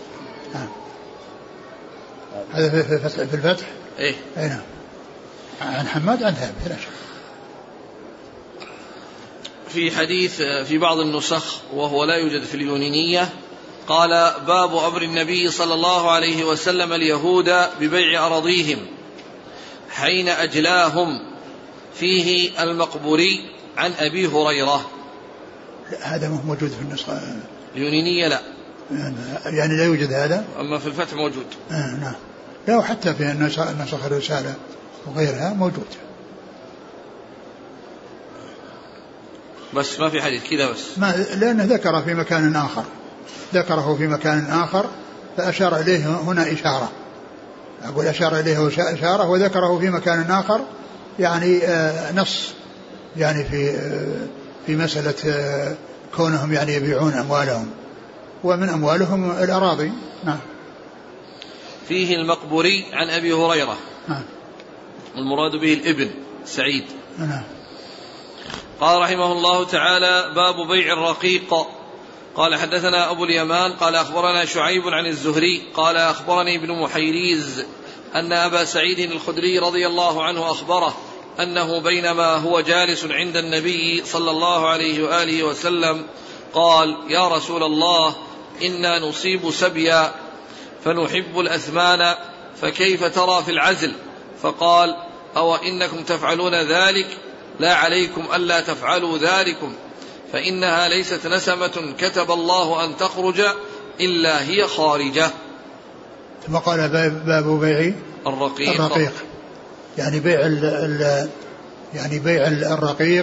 S2: هذا في الفتح.
S1: إيه
S2: نعم. عن حماد عن ثابت لا شك.
S1: في حديث في بعض النسخ وهو لا يوجد في اليونانية قال باب أمر النبي صلى الله عليه وسلم اليهود ببيع أراضيهم حين أجلاهم، فيه المقبوري عن أبي هريرة.
S2: هذا مو موجود في النسخة
S1: اليونانية، لا
S2: يعني لا يوجد هذا،
S1: أما في الفتح موجود.
S2: نعم. لا وحتى في النسخ الرسالة وغيرها موجود،
S1: بس ما في حديث كذا بس،
S2: لأنه ذكره في مكان آخر فأشار إليه هنا إشارة، أقول أشار إليه إشارة وذكره في مكان آخر، يعني نص يعني في مسألة كونهم يعني يبيعون أموالهم، ومن أموالهم الأراضي. نعم.
S1: فيه المقبوري عن أبي هريرة.
S2: نعم.
S1: المراد به الابن سعيد.
S2: نعم.
S1: قال رحمه الله تعالى باب بيع الرقيق. قال حدثنا أبو اليمان قال أخبرنا شعيب عن الزهري قال أخبرني ابن محيريز أن أبا سعيد الخدري رضي الله عنه أخبره أنه بينما هو جالس عند النبي صلى الله عليه وآله وسلم قال يا رسول الله إنا نصيب سبيا فنحب الأثمان فكيف ترى في العزل؟ فقال أو إنكم تفعلون ذلك؟ لا عليكم ألا تفعلوا ذلكم، فإنها ليست نسمة كتب الله أن تخرج إلا هي خارجة.
S2: ثم قال باب بيع الرقيق، يعني بيع الرقيق،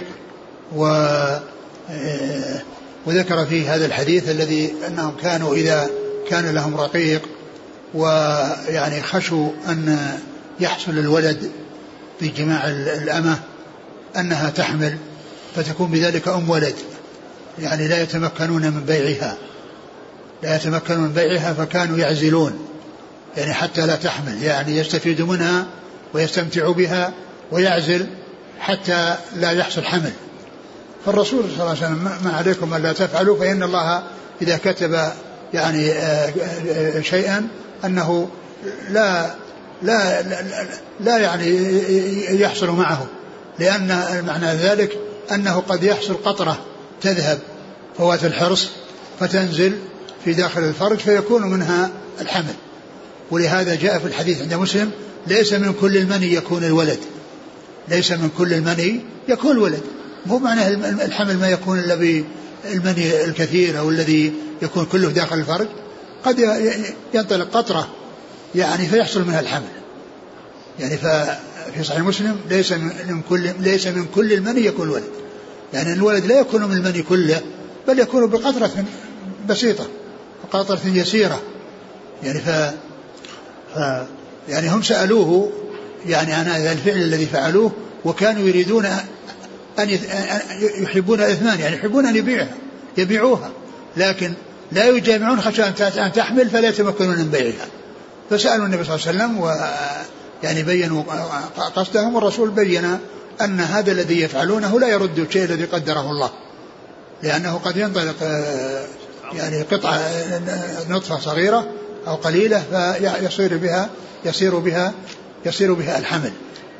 S2: وذكر فيه هذا الحديث الذي أنهم كانوا إذا كان لهم رقيق ويعني خشوا أن يحصل الولد في جماع الأمة أنها تحمل فتكون بذلك ولد، يعني لا يتمكنون من بيعها فكانوا يعزلون يعني حتى لا تحمل، يعني يستفيد منها ويستمتع بها ويعزل حتى لا يحصل حمل. فالرسول صلى الله عليه وسلم ما عليكم ألا تفعلوا، فإن الله إذا كتب يعني شيئا أنه لا يعني يحصل معه، لأن معنى ذلك أنه قد يحصل قطرة تذهب فوات الحرص فتنزل في داخل الفرج فيكون منها الحمل. ولهذا جاء في الحديث عند مسلم: ليس من كل المني يكون الولد، ليس من كل المني يكون الولد. مو معنى الحمل ما يكون إلا بالمني الكثير أو الذي يكون كله داخل الفرج، قد ينطلق قطرة يعني فيحصل منها الحمل. يعني في صحيح مسلم: ليس من كل المني يكون الولد، يعني الولد لا يكون من المني كله، بل يكون بقطرة بسيطة وقطرة يسيرة. يعني يعني هم سألوه يعني عن هذا الفعل الذي فعلوه، وكانوا يريدون أن يحبون الإثمان، يعني يحبون أن يبيعوها، لكن لا يجامعون خشية أن تحمل فلا يتمكنون من بيعها. فسألوا النبي صلى الله عليه وسلم ويعني بينوا قصدهم، والرسول بين أن هذا الذي يفعلونه لا يرد الشيء الذي قدره الله، لأنه قد ينطلق يعني قطعة نطفة صغيرة أو قليلة يصير بها الحمل.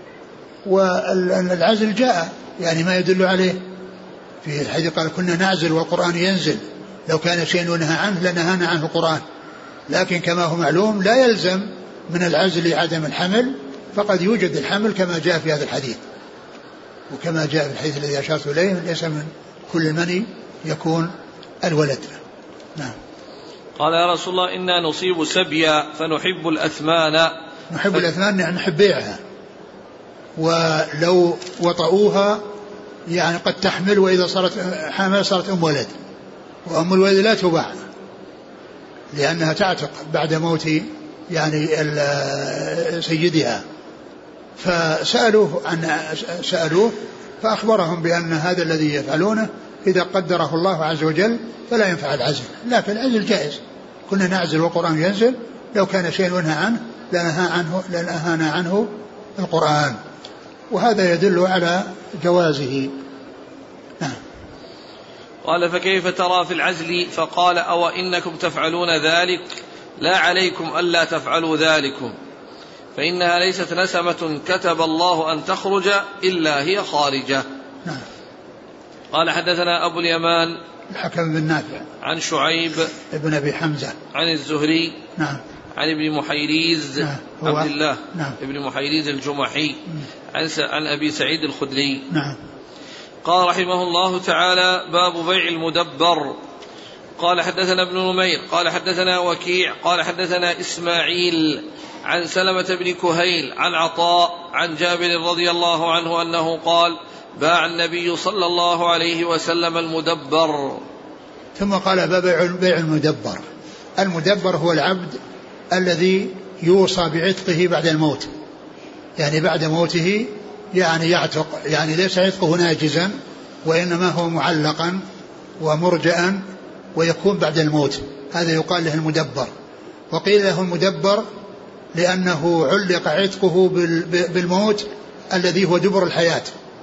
S2: والعزل جاء يعني ما يدل عليه في الحديث: قال: كنا نعزل والقرآن ينزل، لو كان شيء ينهى عنه لنهانا عنه القرآن. لكن كما هو معلوم لا يلزم من العزل عدم الحمل، فقد يوجد الحمل كما جاء في هذا الحديث، وكما جاء في الحديث الذي أشرت إليه: ليس من كل المني يكون الولد. نعم.
S1: قال: يا رسول الله إنا نصيب سبيا فنحب الأثمان.
S2: نحب الأثمان يعني نحب بيعها، ولو وطئوها يعني قد تحمل، وإذا صارت حامل صارت أم ولد، وأم الولد لا تباع لأنها تعتق بعد موت يعني سيدها. سألوه فأخبرهم بأن هذا الذي يفعلونه إذا قدره الله عز وجل فلا ينفع العزل، لكن العزل جائز. كنا نعزل والقرآن ينزل، لو كان شيء ينهى عنه لنهانا عنه القرآن، وهذا يدل على جوازه. نعم.
S1: قال: فكيف ترى في العزل؟ فقال: أو إنكم تفعلون ذلك لا عليكم ألا تفعلوا ذلكم، فإنها ليست نسمة كتب الله أن تخرج إلا هي خارجة.
S2: نعم.
S1: قال: حدثنا أبو اليمان
S2: الحكم بن نافع عن
S1: شعيب
S2: ابن أبي حمزة
S1: عن الزهري
S2: نعم
S1: عن ابن محيريز عبد الله
S2: نعم
S1: ابن محيريز الجمحي عن أبي سعيد الخدري.
S2: نعم.
S1: قال رحمه الله تعالى: باب بيع المدبر. قال: حدثنا ابن نمير قال حدثنا وكيع قال حدثنا إسماعيل عن سلمة بن كهيل عن عطاء عن جابر رضي الله عنه أنه قال: باع النبي صلى الله عليه وسلم المدبر.
S2: ثم قال: باب بيع المدبر. المدبر هو العبد الذي يوصى بعتقه بعد الموت، يعني بعد موته يعني يعتق، يعني ليس عتقه ناجزا، وإنما هو معلقا ومرجأا ويكون بعد الموت، هذا يقال له المدبر. وقيل له المدبر لأنه علق عتقه بالموت الذي هو دبر الحياة،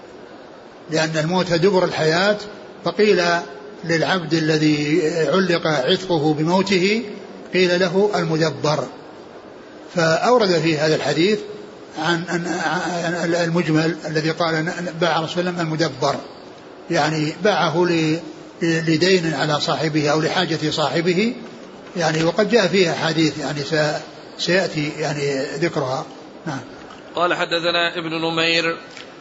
S2: لأن الموت دبر الحياة، فقيل للعبد الذي علق عتقه بموته قيل له المدبر. فأورد في هذا الحديث عن المجمل الذي قال: باع رسول الله المدبر، يعني باعه لدين على صاحبه أو لحاجة صاحبه، يعني وقد جاء فيها حديث يعني سيأتي يعني ذكرها. نعم.
S1: قال: حدثنا ابن نمير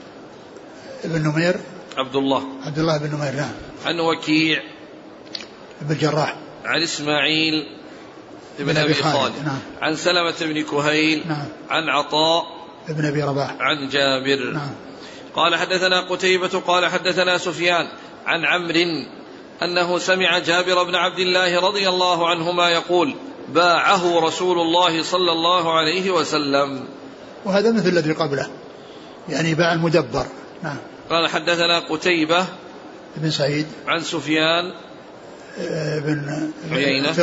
S1: عبد الله
S2: بن نمير نعم.
S1: عن وكيع
S2: بن الجراح
S1: عن إسماعيل ابن أبي خالد
S2: نعم.
S1: عن سلمة بن كهيل
S2: نعم.
S1: عن عطاء
S2: ابن أبي رباح
S1: عن جابر
S2: نعم.
S1: قال: حدثنا قتيبة قال حدثنا سفيان عن عمرو أنه سمع جابر بن عبد الله رضي الله عنهما يقول: باعه رسول الله صلى الله عليه وسلم.
S2: وهذا مثل الذي قبله، يعني باع المدبر. نعم.
S1: قال: حدثنا قتيبة
S2: بن سعيد عن
S1: سفيان
S2: بن
S1: عيينة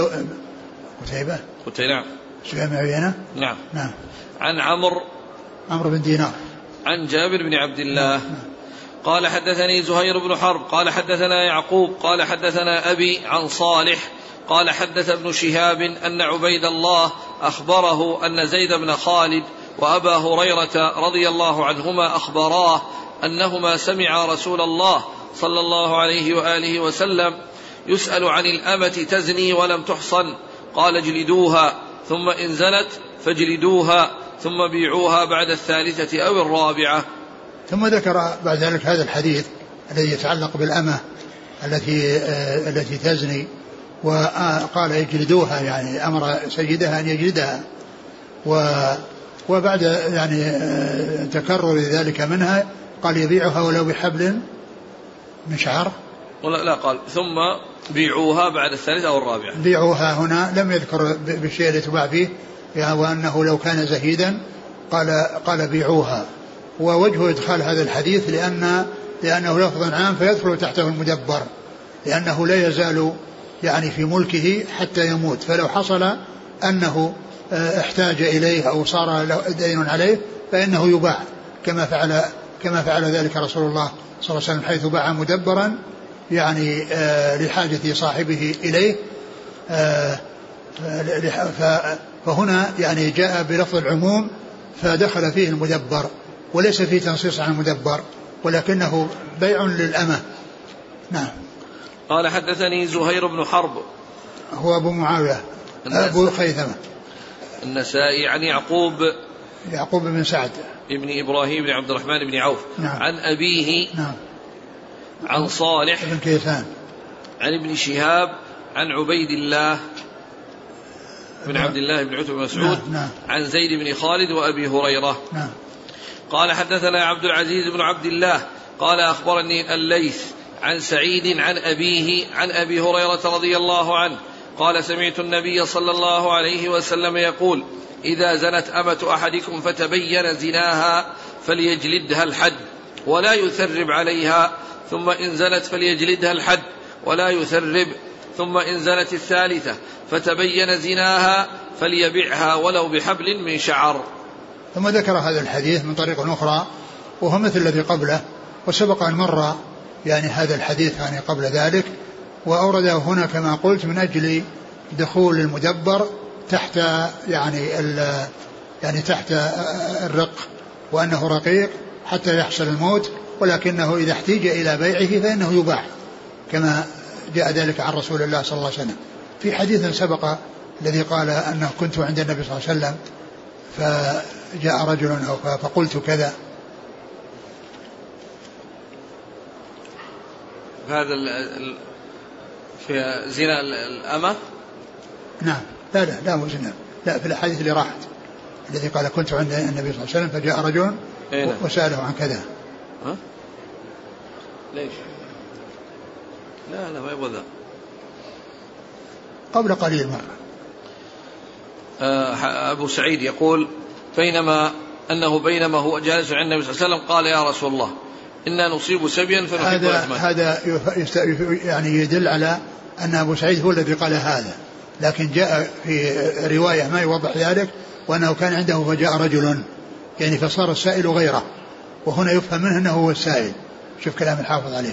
S2: نعم. سفيان بن عيينة
S1: نعم.
S2: نعم.
S1: عن عمرو
S2: بن دينار
S1: عن جابر بن عبد الله.
S2: نعم.
S1: قال حدثني زهير بن حرب قال حدثنا يعقوب قال حدثنا أبي عن صالح قال حدث ابن شهاب أن عبيد الله أخبره أن زيد بن خالد وأبا هريرة رضي الله عنهما أخبراه أنهما سمع رسول الله صلى الله عليه وآله وسلم يسأل عن الأمة تزني ولم تحصن قال اجلدوها ثم إن زنت فاجلدوها ثم بيعوها بعد الثالثة أو الرابعة.
S2: ثم ذكر بعد ذلك هذا الحديث الذي يتعلق بالأمة التي تزني، وقال يجلدوها، يعني أمر سيدها أن يجلدها، وبعد يعني تكرر ذلك منها قال يبيعها ولو بحبل من شعر.
S1: لا قال ثم بيعوها بعد الثالثة أو الرابعة.
S2: بيعوها هنا لم يذكر بالشيء الذي تباع فيه، يعني وأنه لو كان زهيدا قال بيعوها. ووجه إدخال هذا الحديث لأنه لفظ عام فيدخل تحته المدبر، لأنه لا يزال يعني في ملكه حتى يموت، فلو حصل أنه احتاج إليه أو صار دين عليه فإنه يباع كما فعل ذلك رسول الله صلى الله عليه وسلم، حيث باع مدبرا يعني لحاجة صاحبه إليه. فهنا يعني جاء بلفظ العموم فدخل فيه المدبر، وليس فيه تنصيص عن المدبر، ولكنه بيع للأمة. نعم.
S1: قال حدثني زهير بن حرب
S2: هو أبو معاوية أبو خيثمة
S1: النسائي عن يعقوب
S2: بن سعد
S1: ابن إبراهيم بن عبد الرحمن بن عوف.
S2: نعم.
S1: عن أبيه.
S2: نعم.
S1: عن صالح
S2: بن كيسان
S1: عن ابن شهاب عن عبيد الله بن عبد الله بن عتبة بن مسعود.
S2: نعم.
S1: عن زيد بن خالد وأبي هريرة.
S2: نعم.
S1: قال حدثنا عبد العزيز بن عبد الله قال أخبرني الليث عن سعيد عن أبيه عن أبي هريرة رضي الله عنه قال سمعت النبي صلى الله عليه وسلم يقول إذا زنت أمة أحدكم فتبين زناها فليجلدها الحد ولا يثرب عليها، ثم إن زنت فليجلدها الحد ولا يثرب، ثم إن زنت الثالثة فتبين زناها فليبعها ولو بحبل من شعر.
S2: ثم ذكر هذا الحديث من طريق أخرى وهو مثل الذي قبله، وسبق أن مر يعني هذا الحديث يعني قبل ذلك، وأورده هنا كما قلت من أجل دخول المدبر تحت يعني تحت الرق، وأنه رقيق حتى يحصل الموت، ولكنه إذا احتيج إلى بيعه فإنه يباع كما جاء ذلك عن رسول الله صلى الله عليه وسلم. في حديث سبق الذي قال أنه كنت عند النبي صلى الله عليه وسلم فجاء رجل فقلت كذا.
S1: هذا في زنا الأمة.
S2: نعم. لا مو زنا، لا في الحديث اللي راحت الذي قال كنت عند النبي صلى الله عليه وسلم فجاء رجل وسأله عن كذا.
S1: ها؟ ليش؟ لا ما يبغى ذا.
S2: قبل قليل مرة.
S1: أبو سعيد يقول بينما هو جالس عند النبي صلى الله عليه وسلم قال يا رسول الله إنا نصيب سبيا فنحب أثمان.
S2: هذا يعني يدل على أن أبو سعيد هو الذي قال هذا، لكن جاء في رواية ما يوضح ذلك، وأنه كان عنده فجاء رجل، يعني فصار السائل غيره، وهنا يفهم منه أنه هو السائل. شوف كلام الحافظ عليه.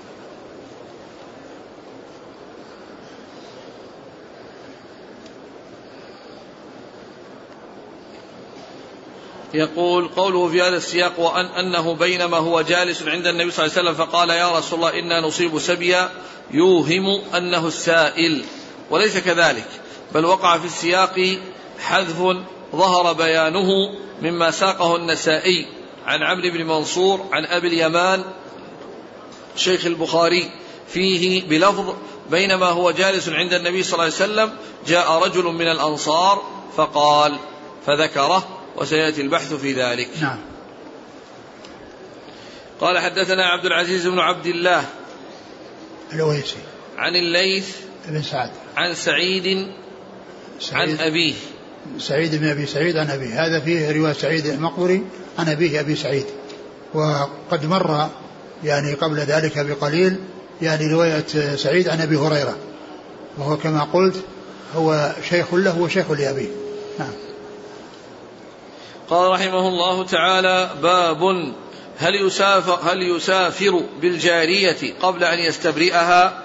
S1: يقول قوله في هذا السياق وأنه بينما هو جالس عند النبي صلى الله عليه وسلم فقال يا رسول الله إنا نصيب سبيا، يوهم أنه السائل، وليس كذلك، بل وقع في السياق حذف ظهر بيانه مما ساقه النسائي عن عمرو بن منصور عن أبي اليمان شيخ البخاري فيه بلفظ بينما هو جالس عند النبي صلى الله عليه وسلم جاء رجل من الأنصار فقال، فذكره وسيأتي البحث في ذلك.
S2: نعم.
S1: قال حدثنا عبد العزيز بن عبد الله
S2: الأويسي
S1: عن الليث
S2: بن سعد عن
S1: سعيد عن أبيه
S2: سعيد بن أبي سعيد عن أبيه. هذا فيه رواية سعيد المقبري عن أبيه أبي سعيد، وقد مر يعني قبل ذلك بقليل يعني رواية سعيد عن أبي هريرة، وهو كما قلت هو شيخ له وشيخ لأبيه. نعم.
S1: قال رحمه الله تعالى: باب هل يسافر بالجارية قبل أن يستبرئها؟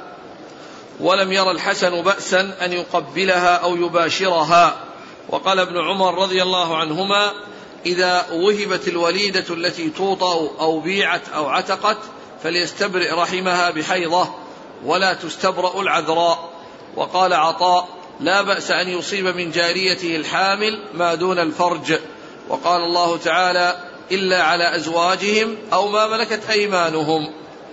S1: ولم ير الحسن بأسا أن يقبلها أو يباشرها. وقال ابن عمر رضي الله عنهما: إذا وهبت الوليدة التي توطأ أو بيعت أو عتقت فليستبرئ رحمها بحيضة ولا تستبرأ العذراء. وقال عطاء: لا بأس أن يصيب من جاريته الحامل ما دون الفرج. وقال الله تعالى: إلا على أزواجهم أو ما ملكت أيمانهم.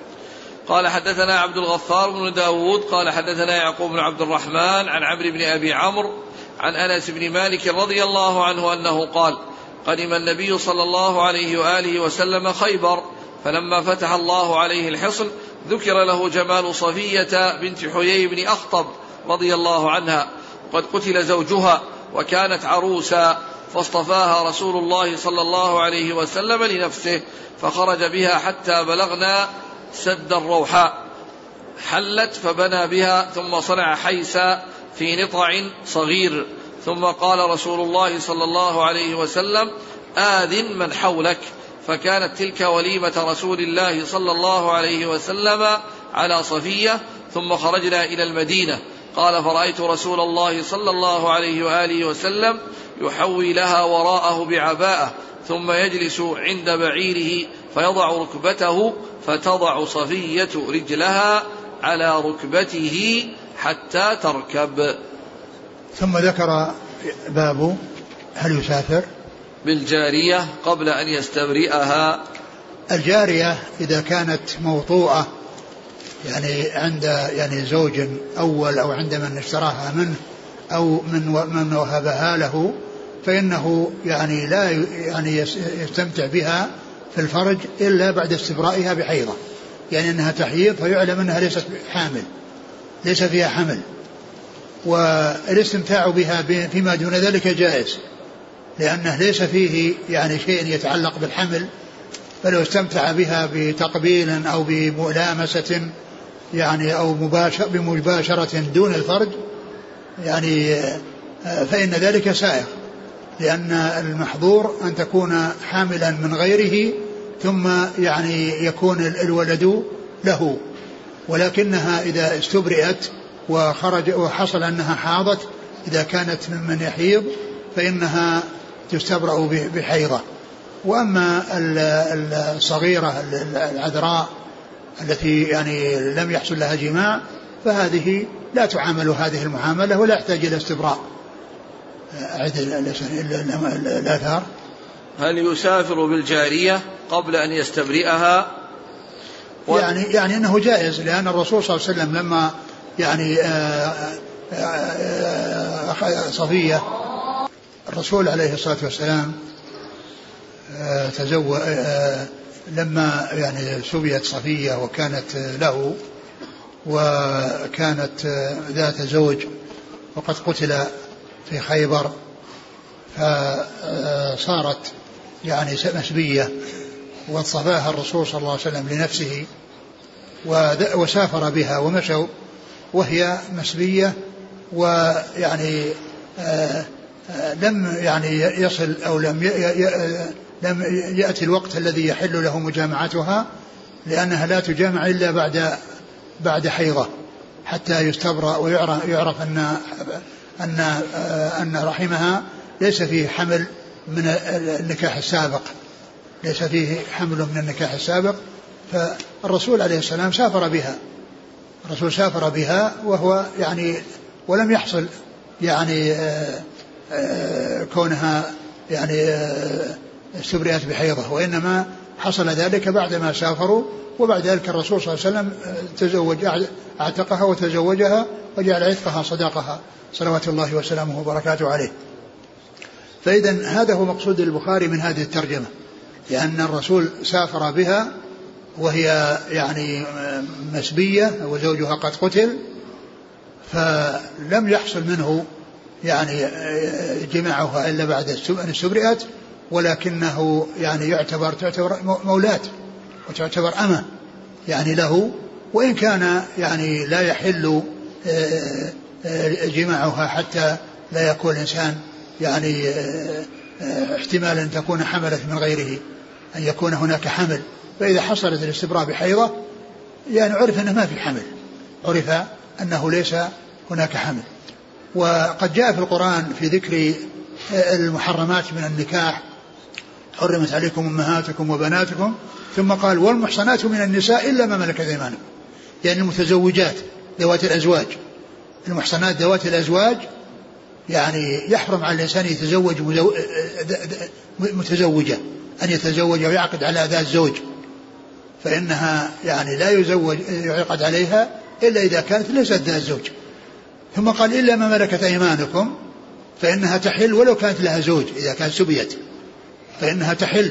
S1: قال حدثنا عبد الغفار بن داود قال حدثنا يعقوب بن عبد الرحمن عن عمرو بن أبي عمرو عن أنس بن مالك رضي الله عنه أنه قال: قدم النبي صلى الله عليه وآله وسلم خيبر، فلما فتح الله عليه الحصن ذكر له جمال صفية بنت حيي بن أخطب رضي الله عنها، وقد قتل زوجها وكانت عروسا، فاصطفاها رسول الله صلى الله عليه وسلم لنفسه، فخرج بها حتى بلغنا سد الروحاء، حلت فبنى بها، ثم صنع حيسا في نطع صغير، ثم قال رسول الله صلى الله عليه وسلم: آذن من حولك. فكانت تلك وليمة رسول الله صلى الله عليه وسلم على صفية. ثم خرجنا إلى المدينة. قال: فرأيت رسول الله صلى الله عليه وآله وسلم يحوي لها وراءه بعباءة، ثم يجلس عند بعيره فيضع ركبته، فتضع صفية رجلها على ركبته حتى تركب.
S2: ثم ذكر باب هل يسافر
S1: بالجارية قبل أن يستبرئها. الجارية
S2: إذا كانت موطوءة يعني عند زوج أول أو عند من اشتراها منه أو من وهبها له، فإنه لا يستمتع بها في الفرج إلا بعد استبرائها بحيضة، يعني أنها تحيض فيعلم أنها ليست حامل، ليس فيها حمل، والاستمتاع بها فيما دون ذلك جائز، لأنه ليس فيه شيء يتعلق بالحمل. فلو استمتع بها بتقبيل أو بملامسة أو بمباشرة دون الفرج فإن ذلك سائغ، لأن المحظور أن تكون حاملا من غيره ثم يكون الولد له. ولكنها إذا استبرئت وحصل أنها حاضت، إذا كانت ممن يحيض فإنها تستبرأ بحيضة. وأما الصغيرة العذراء التي لم يحصل لها جماع فهذه لا تعامل هذه المعاملة ولا يحتاج إلى استبراء. الآثار:
S1: هل يسافر بالجارية قبل أن يستبرئها؟
S2: أنه جائز، لأن الرسول صلى الله عليه وسلم لما صفية، الرسول عليه الصلاة والسلام تزوج لما سبيت صفية وكانت له، وكانت ذات زوج وقد قتل في خيبر، فصارت مسبية، واصطفاها الرسول صلى الله عليه وسلم لنفسه وسافر بها ومشوا وهي مسبية، لم يصل أو لم يأتي الوقت الذي يحل له مجامعتها، لأنها لا تجامع إلا بعد حيضة حتى يستبرأ ويعرف أن رحمها ليس فيه حمل من النكاح السابق، ليس فيه حمل من النكاح السابق. فالرسول عليه السلام سافر بها، الرسول سافر بها وهو ولم يحصل كونها استبرئت بحيضة، وإنما حصل ذلك بعدما سافروا، وبعد ذلك الرسول صلى الله عليه وسلم تزوج، اعتقها وتزوجها وجعل عتقها صداقها صلوات الله وسلامه وبركاته عليه. فإذا هذا هو مقصود البخاري من هذه الترجمة، لأن الرسول سافر بها وهي مسبية وزوجها قد قتل، فلم يحصل منه جماعها إلا بعد أن استبرئت، ولكنه تعتبر مولاة وتعتبر أمة له، وإن كان لا يحل جماعها حتى لا يكون الإنسان احتمال أن تكون حملت من غيره، أن يكون هناك حمل، فإذا حصلت الاستبراء بحيضة يعني عرف أنه ما في حمل، عرف أنه ليس هناك حمل. وقد جاء في القرآن في ذكر المحرمات من النكاح: حرمت عليكم أمهاتكم وبناتكم، ثم قال: والمحصنات من النساء إلا ما ملكت أيمانكم، يعني المتزوجات ذوات الأزواج. المحصنات ذوات الأزواج يعني يحرم على الإنسان يتزوج متزوجة، أن يتزوج ويعقد على ذات زوج، فإنها يعني لا يعقد عليها إلا إذا كانت ليست ذات زوج. ثم قال: إلا ما ملكت أيمانكم، فإنها تحل ولو كانت لها زوج، إذا كانت سبيت فإنها تحل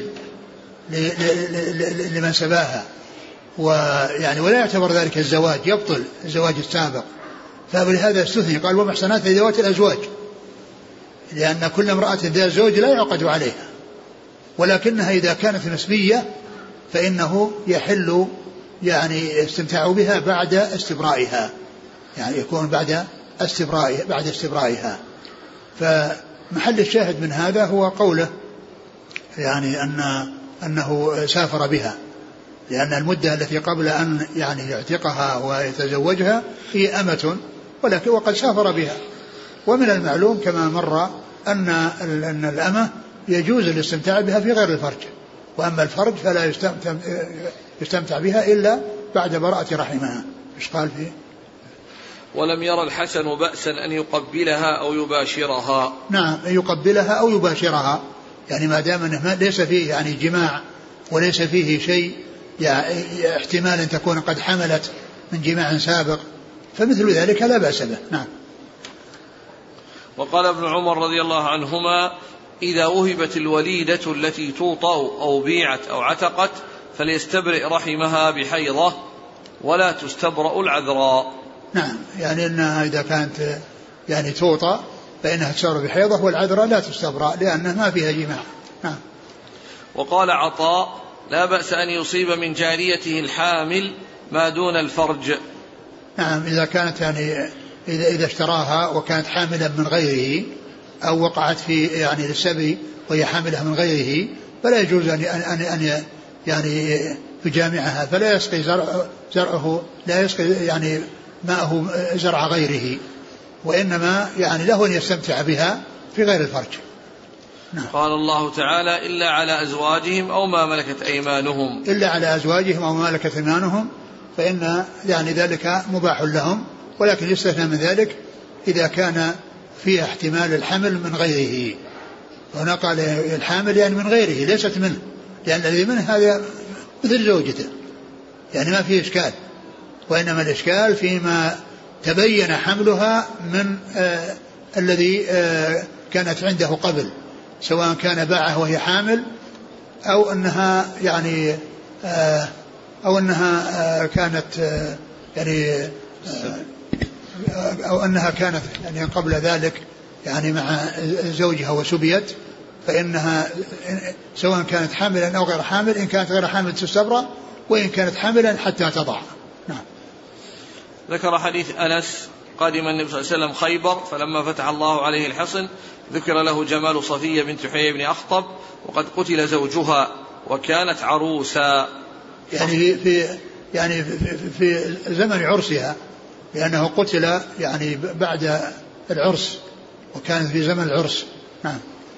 S2: لمن سباها، ويعني ولا يعتبر ذلك الزواج، يبطل الزواج السابق. فلهذا استثني قال: ومحصنات ذوات الأزواج، لأن كل امرأة ذات زوج لا يعقد عليها، ولكنها إذا كانت نسبية فإنه يحل يعني استمتاع بها بعد استبرائها، يعني يكون بعد استبرائها. فمحل الشاهد من هذا هو قوله يعني أنه سافر بها، لأن المدة التي قبل أن يعني يعتقها ويتزوجها هي أمة، ولكن وقد سافر بها. ومن المعلوم كما مر أن الأمة يجوز الاستمتاع بها في غير الفرج، وأما الفرج فلا يستمتع بها إلا بعد براءة رحمها. إيش قال فيه؟
S1: ولم يرى الحسن بأسا أن يقبلها أو يباشرها.
S2: نعم، يقبلها أو يباشرها، يعني ما دام أنه ليس فيه يعني جماع وليس فيه شيء يعني احتمال أن تكون قد حملت من جماع سابق، فمثل ذلك لا بأس به. نعم.
S1: وقال ابن عمر رضي الله عنهما: إذا وهبت الوليدة التي توطأ أو بيعت أو عتقت فليستبرئ رحمها بحيضة ولا تستبرأ العذراء.
S2: نعم، يعني أنها إذا كانت يعني توطأ فإنها تستبرأ بحيضة، والعذراء لا تستبرأ لأنها ما فيها جماع. نعم.
S1: وقال عطاء: لا بأس أن يصيب من جاريته الحامل ما دون الفرج.
S2: نعم، إذا كانت يعني إذا اشتراها وكانت حاملا من غيره، أو وقعت في يعني للسبي وهي حاملة من غيره، فلا يجوز أن يعني يجامعها، فلا يسقي زرعه، لا يسقي يعني ماءه زرع غيره، وإنما يعني له أن يستمتع بها في غير الفرج.
S1: نعم. قال الله تعالى: إلا على أزواجهم أو ما ملكت أيمانهم.
S2: إلا على أزواجهم أو ما ملكت أيمانهم، فإن يعني ذلك مباح لهم، ولكن يستثنى من ذلك إذا كان فيه احتمال الحمل من غيره. هنا قال الحامل يعني من غيره ليست منه، لأن الذي منه هذا مثل زوجته، يعني ما فيه إشكال، وإنما الإشكال فيما تبين حملها من الذي كانت عنده قبل، سواء كان باعه وهي حامل أو أنها يعني أو أنها كانت يعني أو أنها كانت يعني قبل ذلك يعني مع زوجها وسبيت، فإنها سواء كانت حاملا أو غير حامل، إن كانت غير حامل تستبرأ، وإن كانت حاملا حتى تضع. نعم.
S1: ذكر حديث أنس: قدم النبي صلى الله عليه وسلم خيبر، فلما فتح الله عليه الحصن ذكر له جمال صفية بنت حيي بن أخطب وقد قتل زوجها وكانت عروسا.
S2: يعني في زمن عرسها، لأنه قتل يعني بعد العرس، وكانت في زمن العرس. نعم.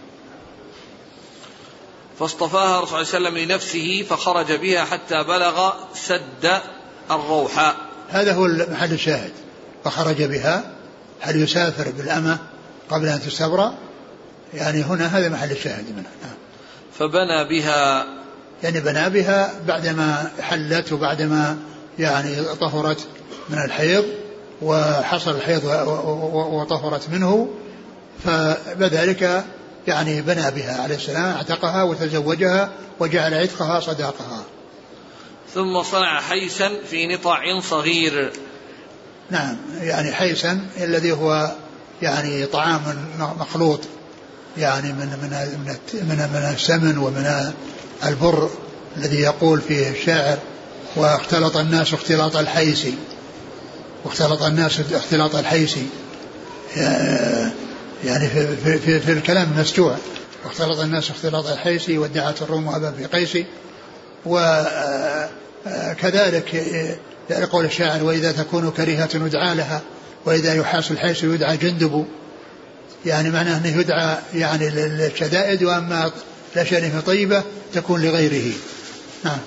S1: فاصطفاها رسول الله صلى الله عليه وسلم لنفسه فخرج بها حتى بلغ سد الروحاء.
S2: هذا هو محل الشاهد، فخرج بها. هل يسافر بالأمة قبل أن تستبرأ؟ يعني هنا هذا محل الشاهد منها. نعم.
S1: فبنى بها،
S2: يعني بنى بها بعدما حلت وبعدما يعني طهرت من الحيض، وحصل الحيض وطهرت منه، فبذلك يعني بنى بها عليه السلام، اعتقها وتزوجها وجعل عتقها صداقها.
S1: ثم صنع حيسا في نطع صغير.
S2: نعم، يعني حيسا الذي هو يعني طعام مخلوط، يعني من السمن ومن البر الذي يقول فيه الشاعر: واختلط الناس اختلاط الحيس، واختلط الناس اختلاط الحيس، يعني في الكلام المسجوع: واختلط الناس اختلاط الحيس وادعت الروم أبا في قيس. وكذلك قول الشاعر وإذا تكون كريهة يدعى لها وإذا يحاس الحيس يدعى جندب، يعني معناه أنه يدعى يعني للشدائد، وأما الأشياء في طيبة تكون لغيره. نعم.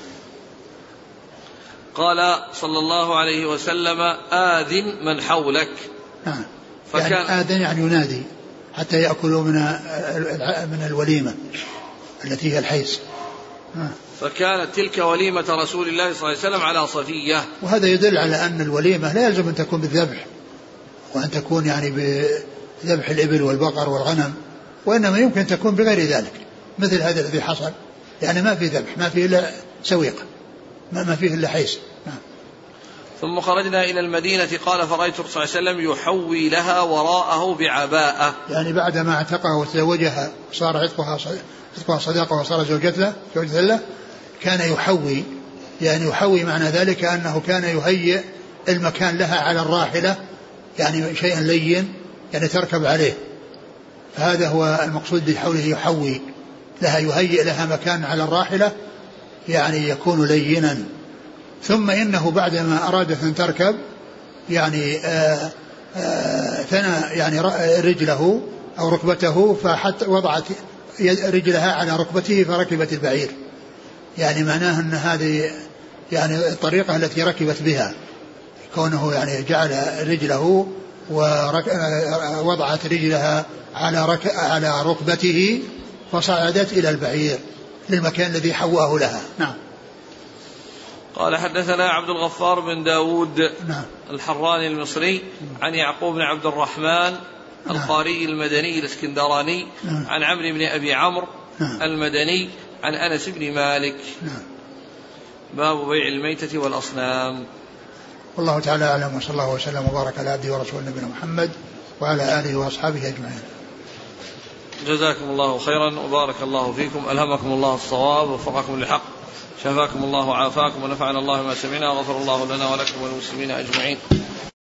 S1: قال صلى الله عليه وسلم آذن من حولك.
S2: نعم. يعني آذن يعني ينادي حتى يأكلوا من الوليمة التي هي الحيس.
S1: فكانت تلك وليمة رسول الله صلى الله عليه وسلم على صفية.
S2: وهذا يدل على أن الوليمة لا يلزم أن تكون بالذبح، وأن تكون يعني بذبح الإبل والبقر والغنم، وإنما يمكن تكون بغير ذلك، مثل هذا الذي حصل، يعني ما في ذبح، ما فيه إلا سويق، ما فيه إلا حيس.
S1: ثم خرجنا إلى المدينة قال فرأيت صلى الله عليه وسلم يحوي لها وراءه بعباءة،
S2: يعني بعدما اعتقها وتزوجها صار عتقها صداقة وصار زوجة له، كان يحوي، يعني يحوي معنى ذلك أنه كان يهيئ المكان لها على الراحلة، يعني شيئا لين يعني تركب عليه، فهذا هو المقصود بحوله، يحوي لها، يهيئ لها مكان على الراحلة يعني يكون لينا. ثم إنه بعدما أرادت أن تركب يعني ثنى يعني رجله أو ركبته، فحتى وضعت رجلها على ركبته فركبت البعير، يعني معناه أن هذه يعني الطريقة التي ركبت بها، كونه يعني جعل رجله ووضعت رجلها على ركبته فصعدت إلى البعير للمكان الذي حواه لها. نعم.
S1: قال حدثنا عبد الغفار بن داود
S2: نعم.
S1: الحراني المصري عن يعقوب بن عبد الرحمن القاري المدني الاسكندراني عن عمرو بن أبي عمرو المدني عن أنس بن مالك. باب بيع الميتة والأصنام.
S2: والله تعالى أعلم، وصلى الله وسلم وبارك على عبده ورسوله نبينا محمد وعلى آله وأصحابه أجمعين.
S1: جزاكم الله خيرا وبارك الله فيكم، ألهمكم الله الصواب ووفقكم للحق، شفاكم الله وعافاكم ونفعنا الله ما سمعنا، وغفر الله لنا ولكم وللمسلمين أجمعين.